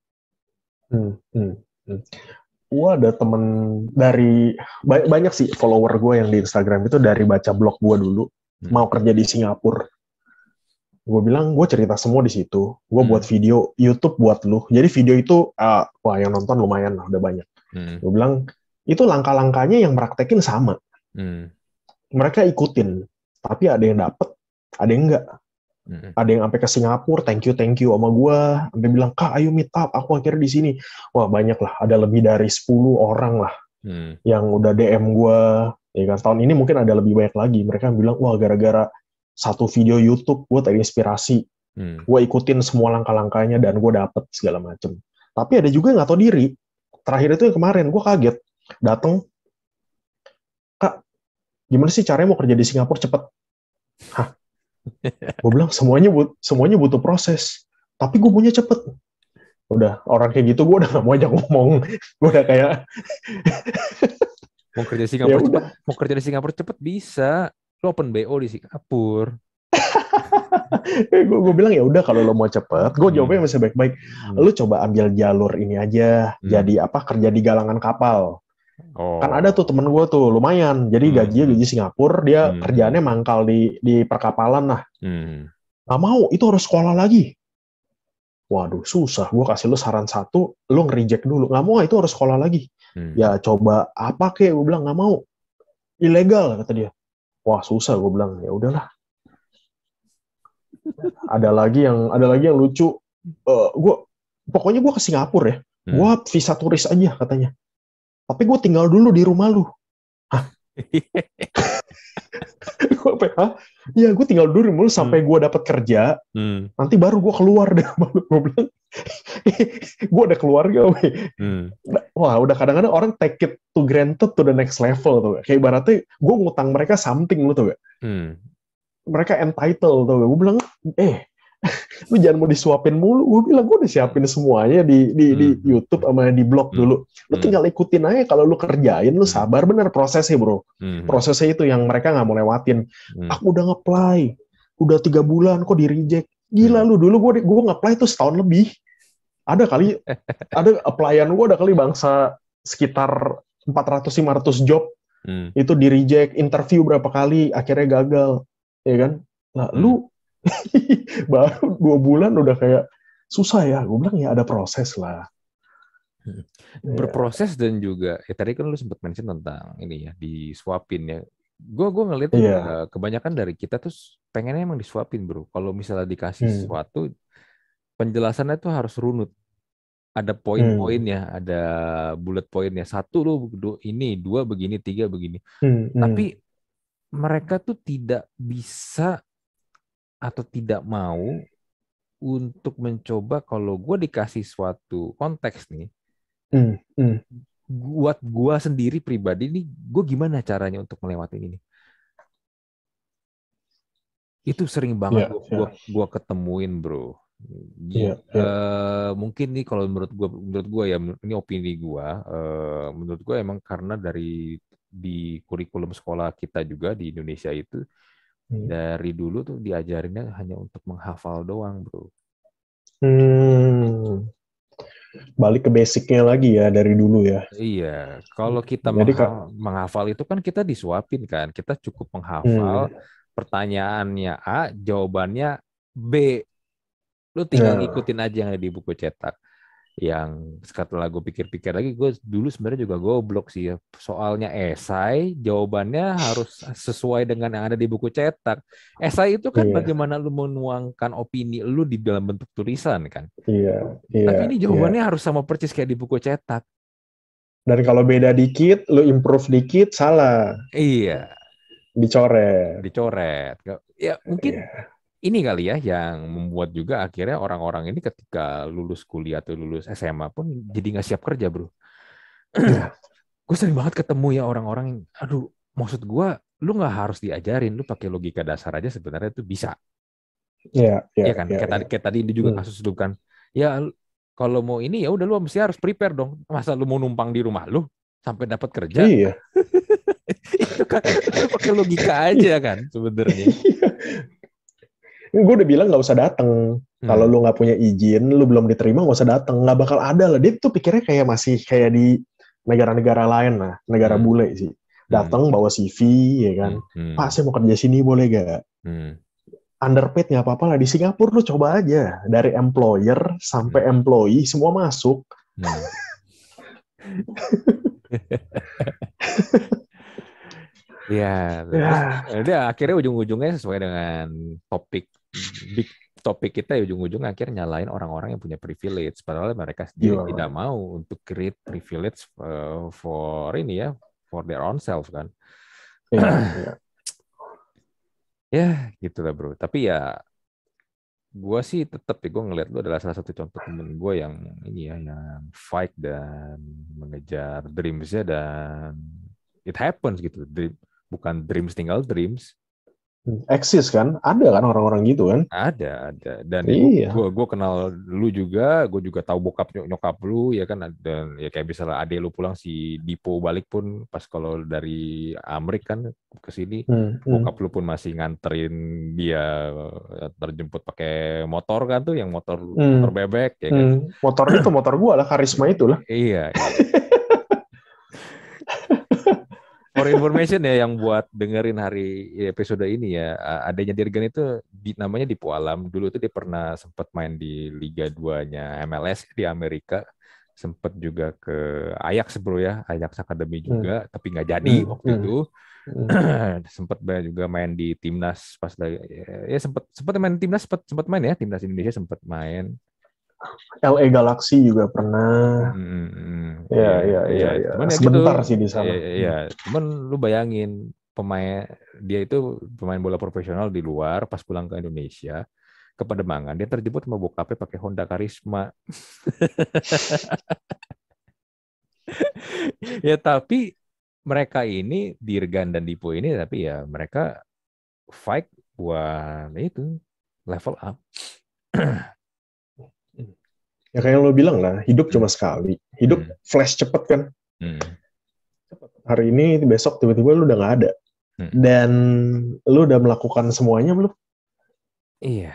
Gue ada temen dari banyak sih follower gue yang di Instagram itu dari baca blog gue dulu, mau kerja di Singapura. Gue bilang gue cerita semua di situ. Gue buat video YouTube buat lu. Jadi video itu wah yang nonton lumayan lah, udah banyak. Gue bilang itu langkah-langkahnya yang praktekin sama. Mereka ikutin, tapi ada yang dapet, ada yang enggak. Ada yang sampai ke Singapura, thank you sama gue, sampai bilang, Kak ayo meet up, aku akhirnya di sini. Wah banyak lah, ada lebih dari 10 orang lah yang udah DM gue. Ya kan, tahun ini mungkin ada lebih banyak lagi. Mereka bilang, wah gara-gara satu video YouTube gue terinspirasi Gue ikutin semua langkah-langkahnya dan gue dapet segala macem. Tapi ada juga yang nggak tahu diri. Terakhir itu yang kemarin gue kaget. Datang, Kak, gimana sih caranya mau kerja di Singapura cepet? Hah? Gue bilang semuanya butuh proses. Tapi gue punya cepet. Udah orang kayak gitu gue udah gak mau ajak ngomong. Gue udah kayak Mau kerja di ya Singapura cepet, udah. mau kerja di Singapura cepet bisa. Lo open BO di Singapura. Gue bilang ya udah kalau lo mau cepet, gue jawabnya masih baik-baik. Lo coba ambil jalur ini aja, jadi apa kerja di galangan kapal. Kan ada tuh temen gue tuh lumayan, jadi gaji Singapura, dia kerjaannya mangkal di perkapalan lah. Gak mau, itu harus sekolah lagi. Waduh, susah. Gue kasih lo saran satu, lo nge-reject dulu. Gak mau, itu harus sekolah lagi. Ya coba apa kek? Gue bilang gak mau. Ilegal kata dia. Wah susah, gue bilang ya udahlah. Ada lagi yang lucu. Pokoknya gue ke Singapura ya. Gue visa turis aja katanya. Tapi gue tinggal dulu di rumah lu. Hah? Iya, gue tinggal dulu di rumah lu sampai gue dapat kerja. Nanti baru gue keluar deh. Gue bilang, gue ada keluarga. Wah, udah kadang-kadang orang take it to granted to the next level tuh. Kayak ibaratnya gue ngutang mereka something lu tuh gak? Mereka entitled tuh. Gue bilang, lu jangan mau disuapin mulu. Gue bilang, gue udah siapin semuanya di YouTube sama di blog dulu. Lu tinggal ikutin aja. Kalau lu kerjain, lu sabar bener prosesnya bro. Prosesnya itu yang mereka nggak mau lewatin. Aku udah nge-apply, udah 3 bulan kok di-reject. Gila lu, dulu gue nge-apply tuh setahun lebih. Ada applyan gue ada kali bangsa sekitar 400-500 job. Itu di-reject, interview berapa kali, akhirnya gagal. Ya kan? Nah, lu baru 2 bulan udah kayak susah ya. Gue bilang ya ada proses lah. Berproses dan juga tadi kan lu sempat mention tentang ini ya disuapin ya. Gue ngeliat kebanyakan dari kita tuh pengennya emang disuapin bro. Kalau misalnya dikasih sesuatu penjelasannya tuh harus runut. Ada poin-poinnya, ada bullet poinnya. 1 lu ini, 2 begini, 3 begini. Tapi mereka tuh tidak bisa atau tidak mau untuk mencoba kalau gue dikasih suatu konteks nih, buat gue sendiri pribadi nih, gue gimana caranya untuk melewati ini? Itu sering banget gue ketemuin bro. Mungkin nih kalau menurut gue ya, ini opini gue, menurut gue emang karena di kurikulum sekolah kita juga di Indonesia itu dari dulu tuh diajarinnya hanya untuk menghafal doang, bro. Balik ke basicnya lagi ya dari dulu ya. Iya, kalau kita menghafal itu kan kita disuapin kan, kita cukup menghafal pertanyaannya A, jawabannya B. Lu tinggal ngikutin aja yang ada di buku cetak. Yang setelah gue pikir-pikir lagi, gue dulu sebenarnya juga goblok sih ya. Soalnya esai, jawabannya harus sesuai dengan yang ada di buku cetak. Esai itu kan bagaimana lu menuangkan opini lu di dalam bentuk tulisan kan. Tapi ini jawabannya harus sama persis kayak di buku cetak. Dan kalau beda dikit, lu improve dikit, salah. Iya. Dicoret. Ya mungkin ini kali ya yang membuat juga akhirnya orang-orang ini ketika lulus kuliah atau lulus SMA pun jadi nggak siap kerja bro. Gue sering banget ketemu ya orang-orang yang, aduh maksud gue lu nggak harus diajarin, lu pakai logika dasar aja sebenarnya itu bisa. Iya kan, kayak tadi ini juga kasus lu kan. Ya kalau mau ini ya udah lu mesti harus prepare dong. Masa lu mau numpang di rumah lu sampai dapat kerja? Iya. Itu kan lu pakai logika aja kan sebenarnya. Gue udah bilang nggak usah datang. Kalau lu nggak punya izin, lu belum diterima nggak usah datang. Nggak bakal ada lah. Dia tuh pikirnya masih kayak di negara-negara lain lah, negara bule sih. Datang bawa CV, ya kan. Pak, saya mau kerja sini boleh gak? Underpaid nggak apa-apa lah. Di Singapura lu coba aja. Dari employer sampai employee semua masuk. Ya, terus dia akhirnya ujung-ujungnya sesuai dengan big topik kita ya, ujung-ujungnya akhirnya nyalain orang-orang yang punya privilege, padahal mereka sendiri tidak mau untuk create privilege for ini ya, for their own self kan. Ya, gitu lah bro. Tapi ya Gue sih tetap ya, gue ngeliat lu adalah salah satu contoh temen gue yang ini ya, yang fight dan mengejar dreams-nya, dan it happens gitu. Bukan dreams tinggal dreams. Eksis kan, ada kan orang-orang gitu kan. Ada. Dan ya Iya. gue kenal lu juga, gue juga tahu bokap nyokap lu ya kan. Dan ya kayak misalnya ade lu pulang, si Dipo balik pun pas kalau dari Amerika kan ke sini, bokap lu pun masih nganterin dia terjemput pakai motor kan tuh, yang motor motor bebek ya kan. Motor itu motor gua lah, Karisma itu lah. Iya. For information ya, yang buat dengerin hari episode ini ya, adanya Dirgan itu namanya Dipo Alam. Dulu tuh dia pernah sempat main di Liga 2-nya MLS di Amerika. Sempat juga ke Ajax bro ya, Ajax Academy juga, tapi nggak jadi waktu itu. Sempat juga main di timnas pas lagi, ya sempat main timnas, sempat main ya, timnas Indonesia sempat main. LA Galaxy juga pernah. Iya, Ya. cuman ya gitu. Sebentar sih di sana. Iya, cuman lu bayangin, pemain dia itu pemain bola profesional di luar, pas pulang ke Indonesia ke Pademangan, dia terjebak sama bokapnya pakai Honda Karisma. Ya tapi mereka ini, Dirgan dan Dipo ini, tapi ya mereka fight buat itu level up. Ya kayak yang lo bilang lah, hidup cuma sekali. Hidup flash cepet kan. Hari ini, besok tiba-tiba lu udah nggak ada. Dan lu udah melakukan semuanya belum? Iya.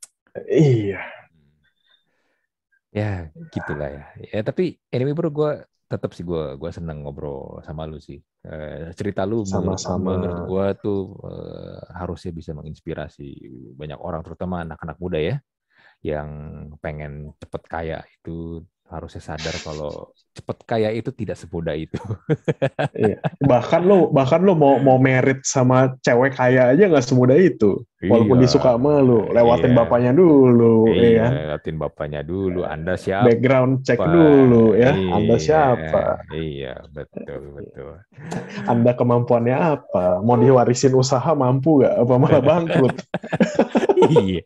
Ya gitulah ya. Ya tapi anyway bro, gue tetap sih gue seneng ngobrol sama lu sih. Cerita lu menurut gue tuh harusnya bisa menginspirasi banyak orang, terutama anak-anak muda ya, yang pengen cepet kaya. Itu harusnya sadar kalau cepet kaya itu tidak semudah itu. Iya. Bahkan lo mau merit sama cewek kaya aja nggak semudah itu. Walaupun Iya, disuka sama lo, lewatin iya. bapaknya dulu, Iya, ya. lewatin bapaknya dulu. Anda siapa? Background check dulu, ya. Iya, Anda siapa? Iya, betul. Anda kemampuannya apa? Mau diwarisin usaha mampu nggak? Apa malah bangkrut? Iya.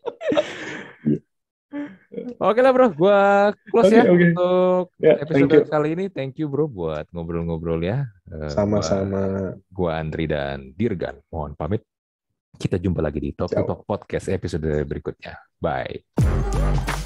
Oke lah bro, gue close ya untuk episode kali ini. Thank you bro buat ngobrol-ngobrol ya. Sama-sama. Gue Andri dan Dirgan. Mohon pamit. Kita jumpa lagi di Talk to Talk Podcast episode berikutnya. Bye.